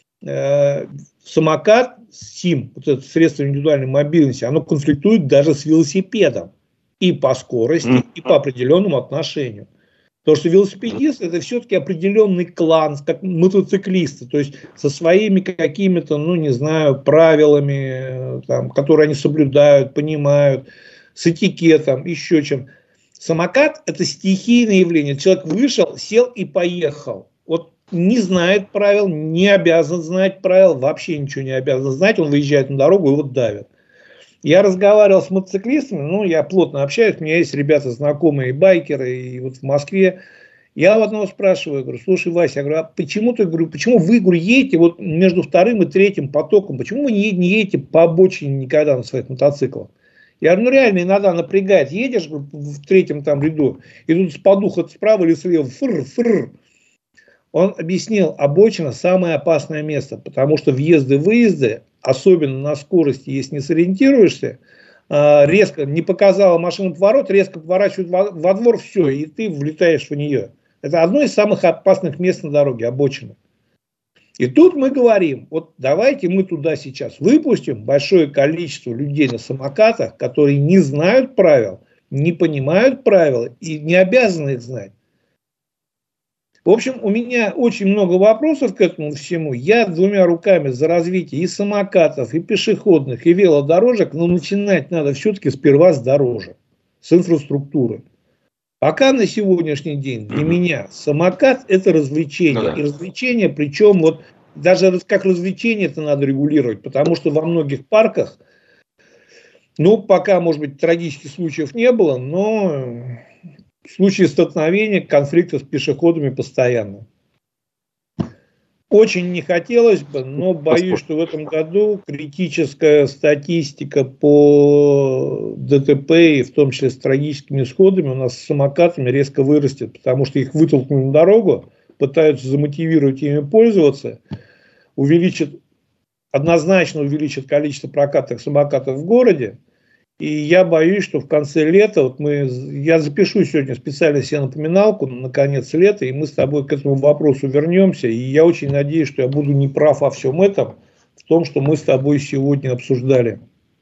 э, самокат, СИМ, вот это средство индивидуальной мобильности, оно конфликтует даже с велосипедом и по скорости, и по определенному отношению. Потому что велосипедист это все-таки определенный клан, как мотоциклисты, то есть со своими какими-то, ну не знаю, правилами, там, которые они соблюдают, понимают, с этикетом, еще чем. Самокат это стихийное явление. Человек вышел, сел и поехал. Вот не знает правил, не обязан знать правил, вообще ничего не обязан знать. Он выезжает на дорогу и его давят. Я разговаривал с мотоциклистами, ну, я плотно общаюсь, у меня есть ребята знакомые, байкеры, и вот в Москве. Я у одного спрашиваю, говорю, слушай, Вася, я говорю, а почему ты, говорю, почему вы, говорю, едете вот между вторым и третьим потоком, почему вы не, не едете по обочине никогда на своих мотоциклах? Я говорю, ну реально иногда напрягает, едешь говорю, в третьем там ряду, и тут с подуха справа или слева, фыр, фыр. Он объяснил, обочина самое опасное место, потому что въезды-выезды, особенно на скорости, если не сориентируешься, резко не показала машина поворот, резко поворачивает во, во двор, все, и ты влетаешь в нее. Это одно из самых опасных мест на дороге, обочина. И тут мы говорим, вот давайте мы туда сейчас выпустим большое количество людей на самокатах, которые не знают правил, не понимают правила и не обязаны их знать. В общем, у меня очень много вопросов к этому всему. Я двумя руками за развитие и самокатов, и пешеходных, и велодорожек, но начинать надо все-таки сперва с дорожек, с инфраструктуры. Пока на сегодняшний день для mm-hmm. меня самокат – это развлечение. Ну, да. И развлечение, причем вот даже как развлечение это надо регулировать, потому что во многих парках, ну, пока, может быть, трагических случаев не было, но в случае столкновения, конфликта с пешеходами постоянно. Очень не хотелось бы, но боюсь, что в этом году критическая статистика по ДТП, и в том числе с трагическими исходами, у нас с самокатами резко вырастет, потому что их вытолкнули на дорогу, пытаются замотивировать ими пользоваться, увеличат, однозначно увеличат количество прокатных самокатов в городе. И я боюсь, что в конце лета, вот мы, я запишу сегодня специально себе напоминалку на конец лета, и мы с тобой к этому вопросу вернемся. И я очень надеюсь, что я буду не прав во всем этом, в том, что мы с тобой сегодня обсуждали.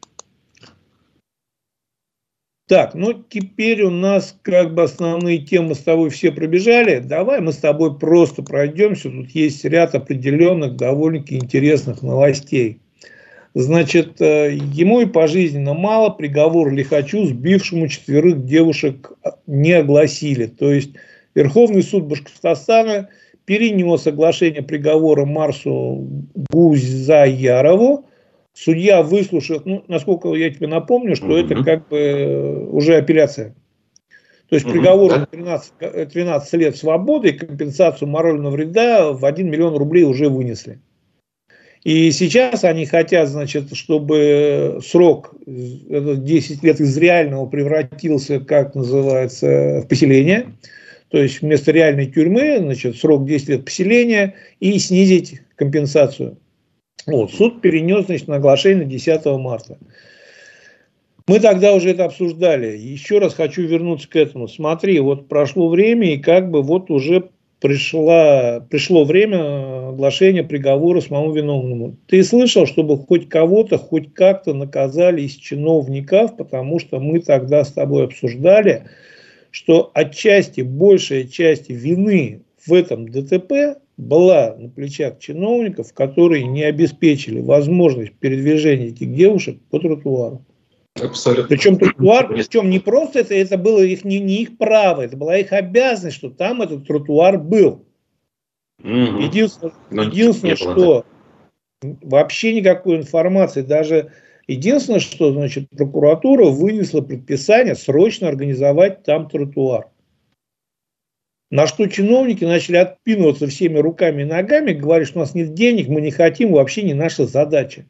Так, ну теперь у нас как бы основные темы с тобой все пробежали. Давай мы с тобой просто пройдемся. Тут есть ряд определенных, довольно-таки интересных новостей. Значит, ему и пожизненно мало, приговор Лихачу, сбившему четверых девушек, не огласили. То есть Верховный суд Башкортостана перенес оглашение приговора Марсу Гузаярову. Судья выслушал, ну, насколько я тебе напомню, что mm-hmm. это как бы уже апелляция. То есть приговор тринадцать, тринадцать лет свободы и компенсацию морального вреда в один миллион рублей уже вынесли. И сейчас они хотят, значит, чтобы срок десять лет из реального превратился, как называется, в поселение. То есть вместо реальной тюрьмы, значит, срок десять лет поселения и снизить компенсацию. Вот, суд перенес, значит, на оглашение десятого марта. Мы тогда уже это обсуждали. Еще раз хочу вернуться к этому. Смотри, вот прошло время, и как бы вот уже Пришло, пришло время оглашения приговора самому виновному. Ты слышал, чтобы хоть кого-то, хоть как-то наказали из чиновников, потому что мы тогда с тобой обсуждали, что отчасти, большая часть вины в этом ДТП была на плечах чиновников, которые не обеспечили возможность передвижения этих девушек по тротуару. Абсолютно. Причем тротуар, причем не просто это, это было их, не, не их право, это была их обязанность, что там этот тротуар был. Угу. Единственное, единственное что вообще никакой информации, даже единственное, что значит прокуратура вынесла предписание срочно организовать там тротуар. На что чиновники начали отпинываться всеми руками и ногами, говорят, что у нас нет денег, мы не хотим, вообще не наша задача.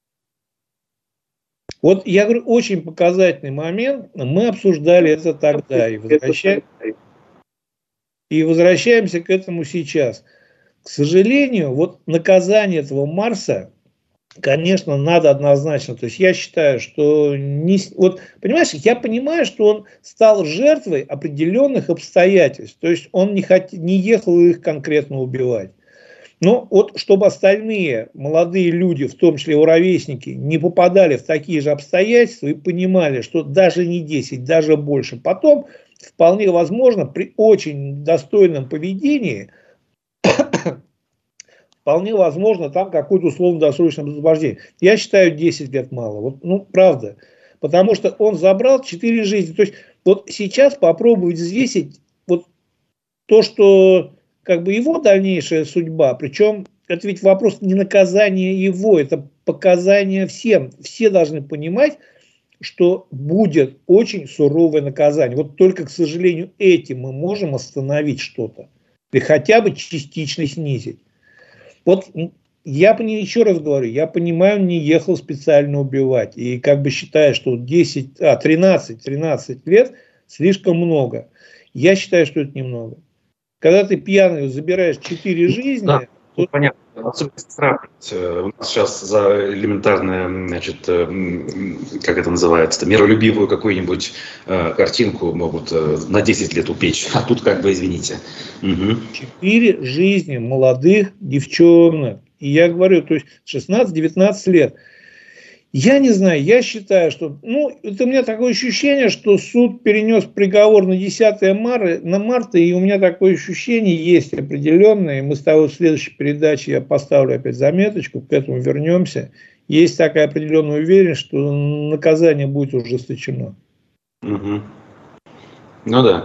Вот я говорю, очень показательный момент, мы обсуждали это тогда и, возвращаем, и возвращаемся к этому сейчас. К сожалению, вот наказание этого Марса, конечно, надо однозначно. То есть я считаю, что, не, вот, понимаешь, я понимаю, что он стал жертвой определенных обстоятельств. То есть он не, хот, не ехал их конкретно убивать. Но вот чтобы остальные молодые люди, в том числе ровесники, не попадали в такие же обстоятельства и понимали, что даже не десять, даже больше. Потом, вполне возможно, при очень достойном поведении, вполне возможно, там какое-то условно-досрочное освобождение. Я считаю, десять лет мало. Вот, ну, правда. Потому что он забрал четыре жизни. То есть, вот сейчас попробовать взвесить вот то, что как бы его дальнейшая судьба, причем это ведь вопрос не наказания его, это показания всем. Все должны понимать, что будет очень суровое наказание. Вот только, к сожалению, этим мы можем остановить что-то. Или хотя бы частично снизить. Вот я еще раз говорю, я понимаю, не ехал специально убивать. И как бы считаю, что десять, а, тринадцать, тринадцать лет слишком много. Я считаю, что это немного. Когда ты пьяный забираешь четыре жизни... Да, то... понятно. Особенно сравнивать. У нас сейчас за элементарную, значит, как это называется, миролюбивую какую-нибудь э, картинку могут э, на десять лет упечь. А тут как бы, извините. Четыре угу. жизни молодых девчонок. И я говорю, то есть шестнадцать-девятнадцать лет. Я не знаю, я считаю, что... Ну, это у меня такое ощущение, что суд перенес приговор на десятое марта, на марта, и у меня такое ощущение есть определенное. Мы с тобой в следующей передаче, я поставлю опять заметочку, к этому вернемся. Есть такая определенная уверенность, что наказание будет ужесточено. Угу. Ну да.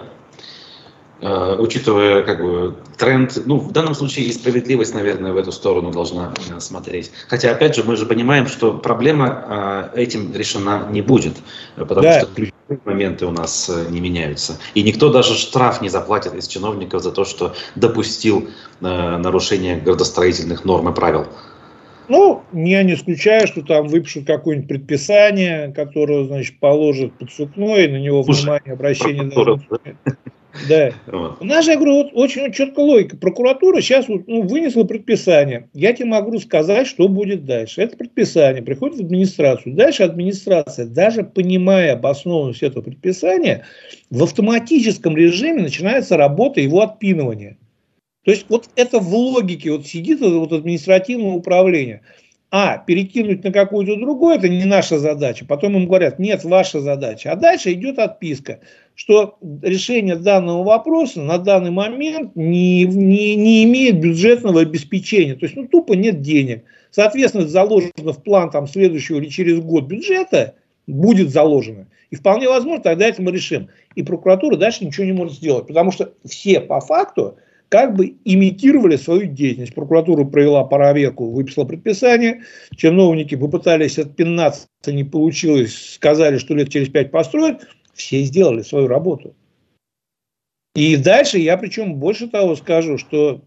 Uh, учитывая как бы тренд, ну в данном случае и справедливость, наверное, в эту сторону должна uh, смотреть. Хотя, опять же, мы же понимаем, что проблема uh, этим решена не будет, потому да. что ключевые моменты у нас uh, не меняются. И никто даже штраф не заплатит из чиновников за то, что допустил uh, нарушение градостроительных норм и правил. Ну, я не исключаю, что там выпишут какое-нибудь предписание, которое, значит, положит под сукно, и на него внимание, обращение должно... Да. Вот. У нас же, я говорю, вот очень четкая логика. Прокуратура сейчас вот, ну, вынесла предписание. Я тебе могу сказать, что будет дальше. Это предписание приходит в администрацию. Дальше администрация, даже понимая обоснованность этого предписания, в автоматическом режиме начинается работа его отпинывания. То есть вот это в логике вот сидит вот административное управление. А перекинуть на какую-то другую, это не наша задача. Потом им говорят, нет, ваша задача. А дальше идет отписка, что решение данного вопроса на данный момент не, не, не имеет бюджетного обеспечения. То есть, ну, тупо нет денег. Соответственно, это заложено в план там, следующего или через год бюджета, будет заложено. И вполне возможно, тогда это мы решим. И прокуратура дальше ничего не может сделать. Потому что все по факту как бы имитировали свою деятельность. Прокуратура провела проверку, выписала предписание, чиновники попытались отпинаться, не получилось, сказали, что лет через пять построят, все сделали свою работу. И дальше я, причем больше того скажу, что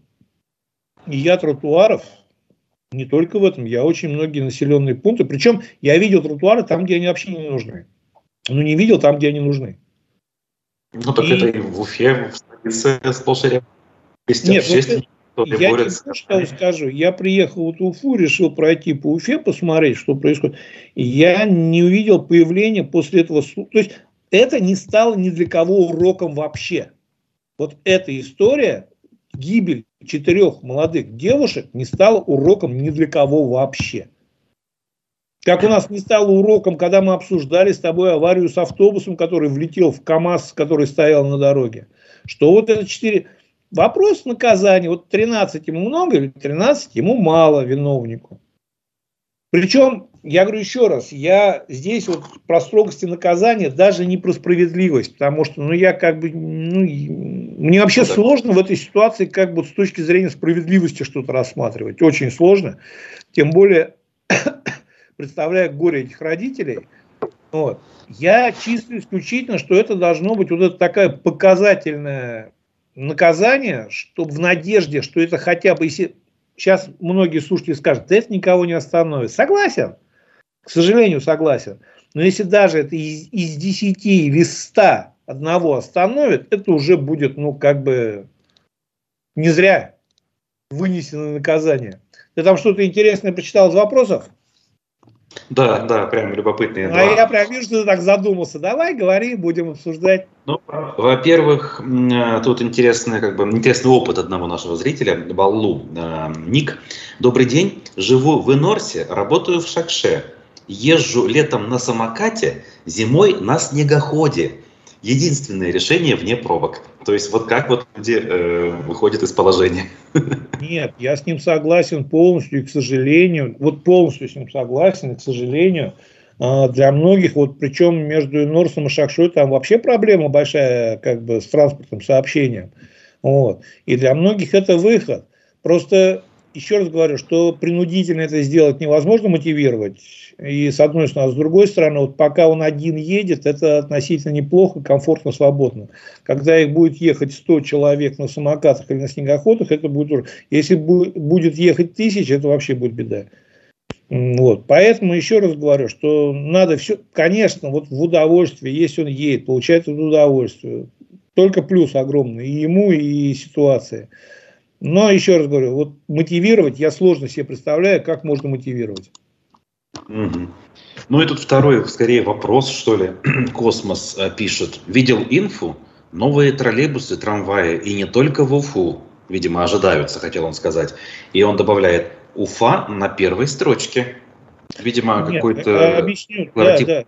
я тротуаров, не только в этом, я очень многие населенные пункты, причем я видел тротуары там, где они вообще не нужны. Но не видел там, где они нужны. Ну так и... это и в Уфе, в столице сплошь и рядом. Нет, вот это, я тебе что скажу. Я приехал вот в Уфу, решил пройти по Уфе, посмотреть, что происходит. И я не увидел появления после этого. То есть это не стало ни для кого уроком вообще. Вот эта история, гибель четырех молодых девушек, не стала уроком ни для кого вообще. Как у нас не стало уроком, когда мы обсуждали с тобой аварию с автобусом, который влетел в КАМАЗ, который стоял на дороге. Что вот это четыре... Вопрос наказания. Вот тринадцать ему много или тринадцать ему мало виновнику. Причем, я говорю еще раз, я здесь вот про строгости наказания, даже не про справедливость, потому что, ну, я как бы, ну, мне вообще ну, сложно в этой ситуации как бы с точки зрения справедливости что-то рассматривать. Очень сложно. Тем более, представляя горе этих родителей, вот, я чисто исключительно, что это должно быть вот это такая показательная наказание, что в надежде, что это хотя бы, если сейчас многие слушатели скажут, да это никого не остановит. Согласен, к сожалению, согласен. Но если даже это из, из десяти или ста одного остановит, это уже будет, ну, как бы не зря вынесено наказание. Ты там что-то интересное прочитал из вопросов? Да, да, прям любопытные. А я прям вижу, что ты так задумался. Давай, говори, будем обсуждать. Ну, во-первых, тут интересный, как бы, интересный опыт одного нашего зрителя, Баллу, э, Ник. Добрый день, живу в Инорсе, работаю в Шакше. Езжу летом на самокате, зимой на снегоходе. Единственное решение вне пробок. То есть вот как вот люди э, выходят из положения. Нет, я с ним согласен полностью, и, к сожалению, вот полностью с ним согласен, и, к сожалению, для многих, вот причем между Инорсом и Шакшой там вообще проблема большая, как бы, с транспортным сообщением. Вот. И для многих это выход. Просто еще раз говорю, что принудительно это сделать невозможно мотивировать. И с одной стороны, а с другой стороны, вот пока он один едет, это относительно неплохо, комфортно, свободно. Когда их будет ехать сто человек на самокатах или на снегоходах, это будет уже. Если будет ехать тысяча, это вообще будет беда. Вот. Поэтому еще раз говорю, что надо все, конечно, вот в удовольствие, если он едет, получает это удовольствие. Только плюс огромный и ему, и ситуации. Но еще раз говорю, вот мотивировать я сложно себе представляю, как можно мотивировать. Угу. Ну и тут второй, скорее, вопрос, что ли. Космос пишет. Видел инфу? Новые троллейбусы, трамваи, и не только в Уфу, видимо, ожидаются, хотел он сказать. И он добавляет, Уфа на первой строчке. Видимо, какой-то... Объясню, да, да.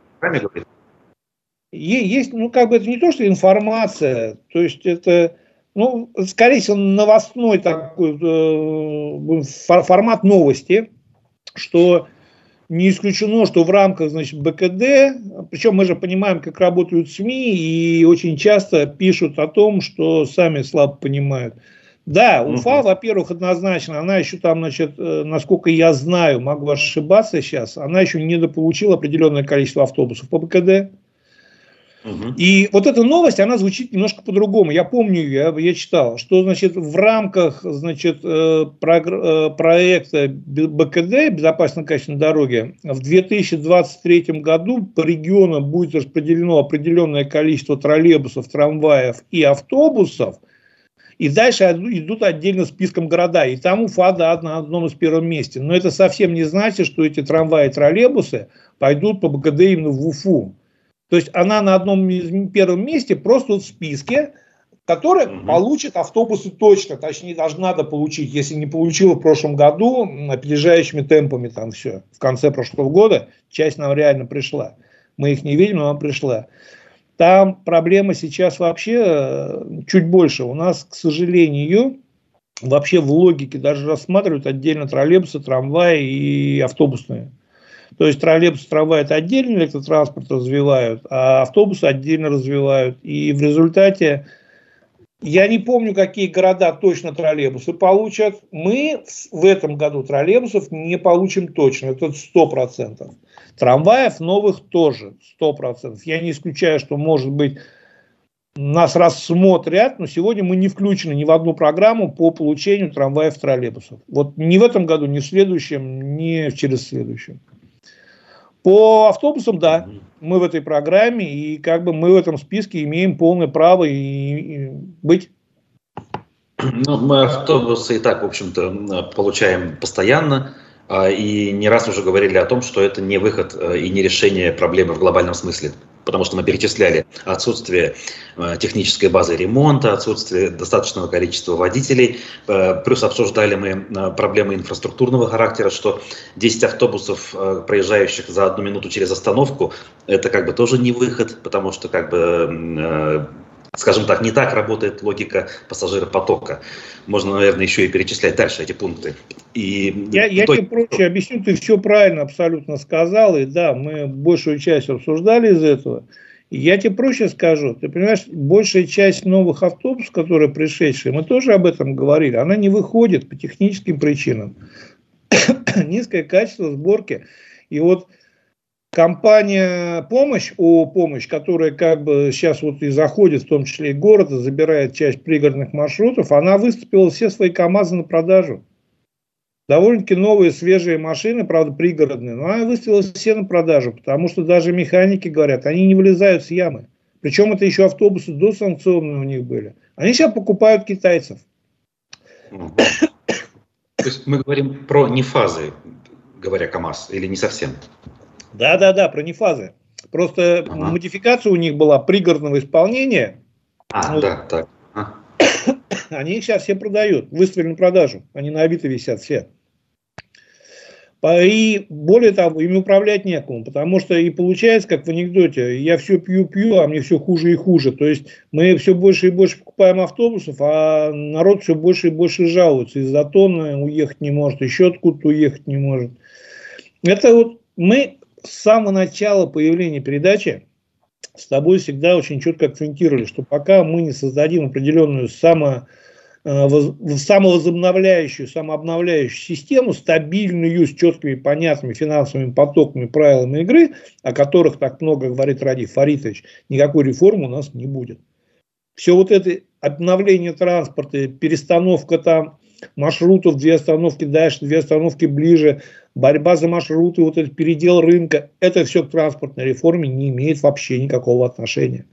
Есть, ну, как бы это не то, что информация, то есть это... Ну, скорее всего, новостной такой э, формат новости, что не исключено, что в рамках, значит, БКД, причем мы же понимаем, как работают СМИ, и очень часто пишут о том, что сами слабо понимают. Да, Уфа, угу. во-первых, однозначно, она еще там, значит, э, насколько я знаю, могу ошибаться сейчас, она еще не недополучила определенное количество автобусов по БКД. Угу. И вот эта новость, она звучит немножко по-другому. Я помню ее, я, я читал, что, значит, в рамках, значит, э, про, э, проекта БКД, безопасной качественной дороги, в две тысячи двадцать третьем году по регионам будет распределено определенное количество троллейбусов, трамваев и автобусов. И дальше идут отдельно списком города. И там Уфа, да, на одном из первом месте. Но это совсем не значит, что эти трамваи и троллейбусы пойдут по БКД именно в Уфу. То есть она на одном первом месте просто в списке, который угу. получит автобусы точно. Точнее, даже надо получить. Если не получила в прошлом году, опережающими темпами там все. В конце прошлого года часть нам реально пришла. Мы их не видим, но она пришла. Там проблема сейчас вообще чуть больше. У нас, к сожалению, вообще в логике даже рассматривают отдельно троллейбусы, трамваи и автобусные. То есть троллейбусы, трамваи — это отдельно электротранспорт развивают, а автобусы отдельно развивают. И в результате, я не помню, какие города точно троллейбусы получат. Мы в этом году троллейбусов не получим точно, это сто процентов. Трамваев новых тоже сто процентов. Я не исключаю, что, может быть, нас рассмотрят, но сегодня мы не включены ни в одну программу по получению трамваев, троллейбусов. Вот ни в этом году, ни в следующем, ни через следующем. По автобусам, да, мы в этой программе, и как бы мы в этом списке имеем полное право и, и быть. Ну, мы автобусы и так, в общем-то, получаем постоянно, и не раз уже говорили о том, что это не выход и не решение проблемы в глобальном смысле. Потому что мы перечисляли отсутствие технической базы ремонта, отсутствие достаточного количества водителей. Плюс обсуждали мы проблемы инфраструктурного характера, что десять автобусов, проезжающих за одну минуту через остановку, это как бы тоже не выход, потому что, как бы, скажем так, не так работает логика пассажиропотока. Можно, наверное, еще и перечислять дальше эти пункты. И я я итоге... тебе проще объясню, ты все правильно абсолютно сказал, и да, мы большую часть обсуждали из этого. И я тебе проще скажу, ты понимаешь, большая часть новых автобусов, которые пришедшие, мы тоже об этом говорили, она не выходит по техническим причинам. Низкое качество сборки. И вот компания «Помощь», ООО «Помощь», которая как бы сейчас вот и заходит, в том числе и города, забирает часть пригородных маршрутов, она выставила все свои КАМАЗы на продажу. Довольно-таки новые, свежие машины, правда, пригородные, но она выставила все на продажу, потому что даже механики говорят, они не вылезают с ямы. Причем это еще автобусы досанкционные у них были. Они сейчас покупают китайцев. То есть мы говорим про нефазы, говоря КАМАЗ, или не совсем? Да-да-да, про нефазы. Просто ага. модификация у них была пригородного исполнения. А, вот. да, так. А. Они их сейчас все продают, выставили на продажу. Они на Авито висят все. И более того, ими управлять некому, потому что и получается, как в анекдоте, я все пью-пью, а мне все хуже и хуже. То есть мы все больше и больше покупаем автобусов, а народ все больше и больше жалуется. Из-за тонны уехать не может, еще откуда-то уехать не может. Это вот мы с самого начала появления передачи с тобой всегда очень четко акцентировали, что пока мы не создадим определенную само самовозобновляющую, самообновляющую систему, стабильную, с четкими, понятными финансовыми потоками, правилами игры, о которых так много говорит Радик Фаритович, никакой реформы у нас не будет. Все вот это обновление транспорта, перестановка там маршрутов, две остановки дальше, две остановки ближе, борьба за маршруты, вот этот передел рынка, это все к транспортной реформе не имеет вообще никакого отношения.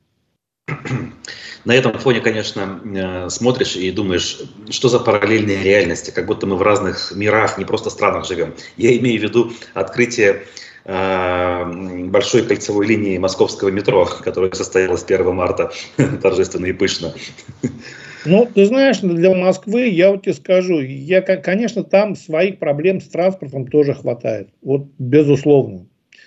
На этом фоне, конечно, смотришь и думаешь, что за параллельные реальности, как будто мы в разных мирах, не просто странах живем. Я имею в виду открытие э, большой кольцевой линии московского метро, которая состоялась первого марта торжественно и пышно. Ну, ты знаешь, для Москвы, я вот тебе скажу, я, конечно, там своих проблем с транспортом тоже хватает, вот безусловно.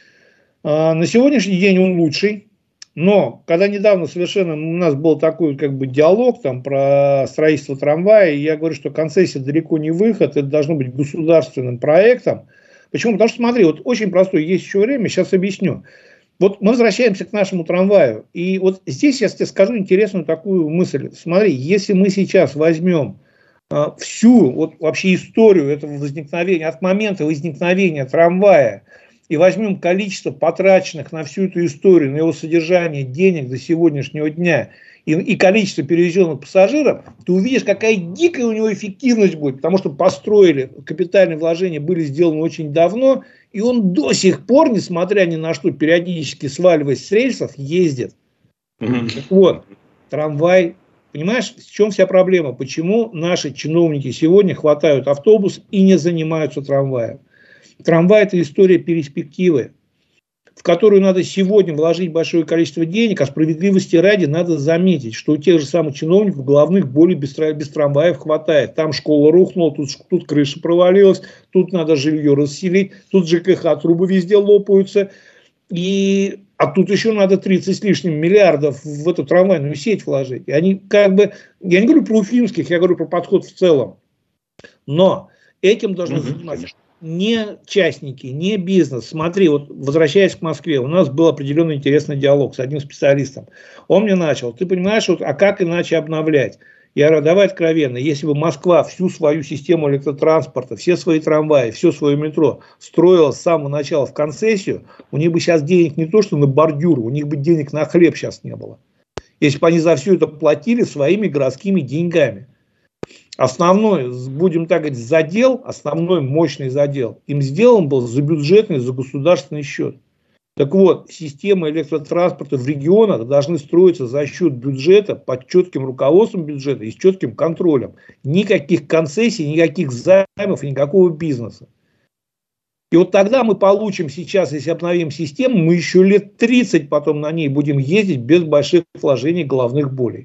А на сегодняшний день он лучший. Но, когда недавно совершенно у нас был такой как бы диалог там, про строительство трамвая, и я говорю, что концессия далеко не выход, это должно быть государственным проектом. Почему? Потому что, смотри, вот очень простой, есть еще время, сейчас объясню. Вот мы возвращаемся к нашему трамваю, и вот здесь я тебе скажу интересную такую мысль. Смотри, если мы сейчас возьмем э, всю вот вообще историю этого возникновения, от момента возникновения трамвая, и возьмем количество потраченных на всю эту историю, на его содержание денег до сегодняшнего дня и, и количество перевезенных пассажиров, ты увидишь, какая дикая у него эффективность будет, потому что построили, капитальные вложения были сделаны очень давно, и он до сих пор, несмотря ни на что, периодически сваливаясь с рельсов, ездит. Mm-hmm. Вот, трамвай. Понимаешь, в чем вся проблема? Почему наши чиновники сегодня хватают автобус и не занимаются трамваем? Трамвай – это история перспективы, в которую надо сегодня вложить большое количество денег, а справедливости ради надо заметить, что у тех же самых чиновников головных болей без, без трамваев хватает. Там школа рухнула, тут, тут крыша провалилась, тут надо жилье расселить, тут ЖКХ, трубы везде лопаются. И, а тут еще надо тридцать с лишним миллиардов в эту трамвайную сеть вложить. И они как бы, я не говорю про уфимских, я говорю про подход в целом. Но этим должны mm-hmm. заниматься не частники, не бизнес. Смотри, вот возвращаясь к Москве, у нас был определенный интересный диалог с одним специалистом. Он мне начал, ты понимаешь, вот, а как иначе обновлять? Я говорю, давай откровенно, если бы Москва всю свою систему электротранспорта, все свои трамваи, все свое метро строила с самого начала в концессию, у них бы сейчас денег не то, что на бордюр, у них бы денег на хлеб сейчас не было. Если бы они за все это платили своими городскими деньгами. Основной, будем так говорить, задел, основной мощный задел, им сделан был за бюджетный, за государственный счет. Так вот, системы электротранспорта в регионах должны строиться за счет бюджета, под четким руководством бюджета и с четким контролем. Никаких концессий, никаких займов и никакого бизнеса. И вот тогда мы получим сейчас, если обновим систему, мы еще лет тридцать потом на ней будем ездить без больших вложений головных болей.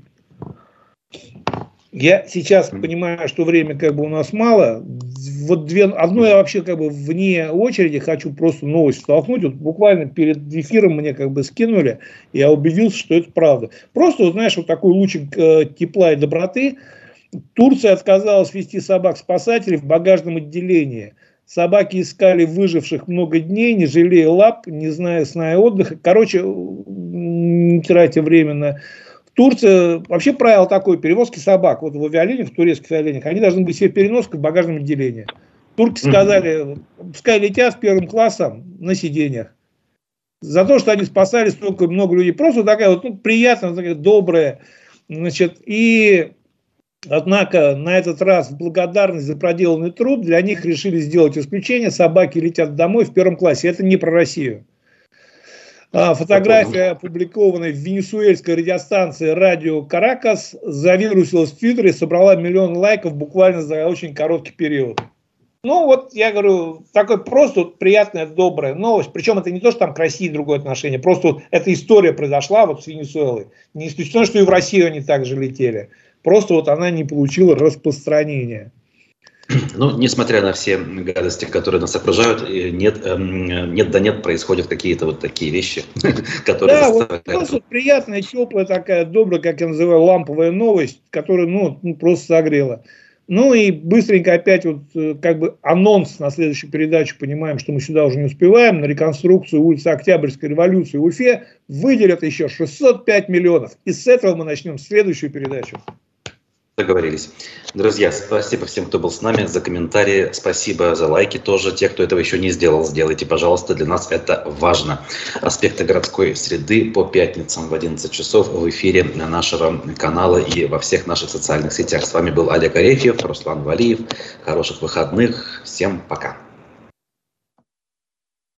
Я сейчас понимаю, что время как бы у нас мало. Вот две, одно я вообще как бы вне очереди хочу просто новость столкнуть. Вот буквально перед эфиром мне как бы скинули, я убедился, что это правда. Просто, вот, знаешь, вот такой лучик э, тепла и доброты. Турция отказалась вести собак-спасателей в багажном отделении. Собаки искали выживших много дней, не жалея лап, не зная сна и отдыха. Короче, не тратя время на... Турция, вообще правило такое, перевозки собак, вот в авиалиниях, в турецких авиалиниях, они должны быть все переноски в багажном отделении. Турки сказали, пускай летят первым классом на сиденьях. За то, что они спасали столько много людей. Просто такая вот ну, приятная, такая добрая. Значит, и, однако, на этот раз в благодарность за проделанный труд для них решили сделать исключение. Собаки летят домой в первом классе. Это не про Россию. Фотография, опубликованная в венесуэльской радиостанции «Радио Каракас», завирусилась в Твиттере и собрала миллион лайков буквально за очень короткий период. Ну вот, я говорю, такой просто вот приятная, добрая новость. Причем это не то, что там к России другое отношение. Просто вот эта история произошла вот с Венесуэлой. Не исключено, что и в Россию они также летели. Просто вот она не получила распространения. Ну, несмотря на все гадости, которые нас окружают, нет, нет да нет, происходят какие-то вот такие вещи, которые... Да, вот просто приятная, теплая такая, добрая, как я называю, ламповая новость, которая, ну, просто согрела. Ну и быстренько опять вот как бы анонс на следующую передачу, понимаем, что мы сюда уже не успеваем, на реконструкцию улицы Октябрьской революции в Уфе выделят еще шестьсот пять миллионов. И с этого мы начнем следующую передачу. Договорились. Друзья, спасибо всем, кто был с нами, за комментарии, спасибо за лайки тоже. Те, кто этого еще не сделал, сделайте, пожалуйста, для нас это важно. Аспекты городской среды по пятницам в одиннадцать часов в эфире нашего канала и во всех наших социальных сетях. С вами был Олег Арефьев, Руслан Валиев. Хороших выходных. Всем пока.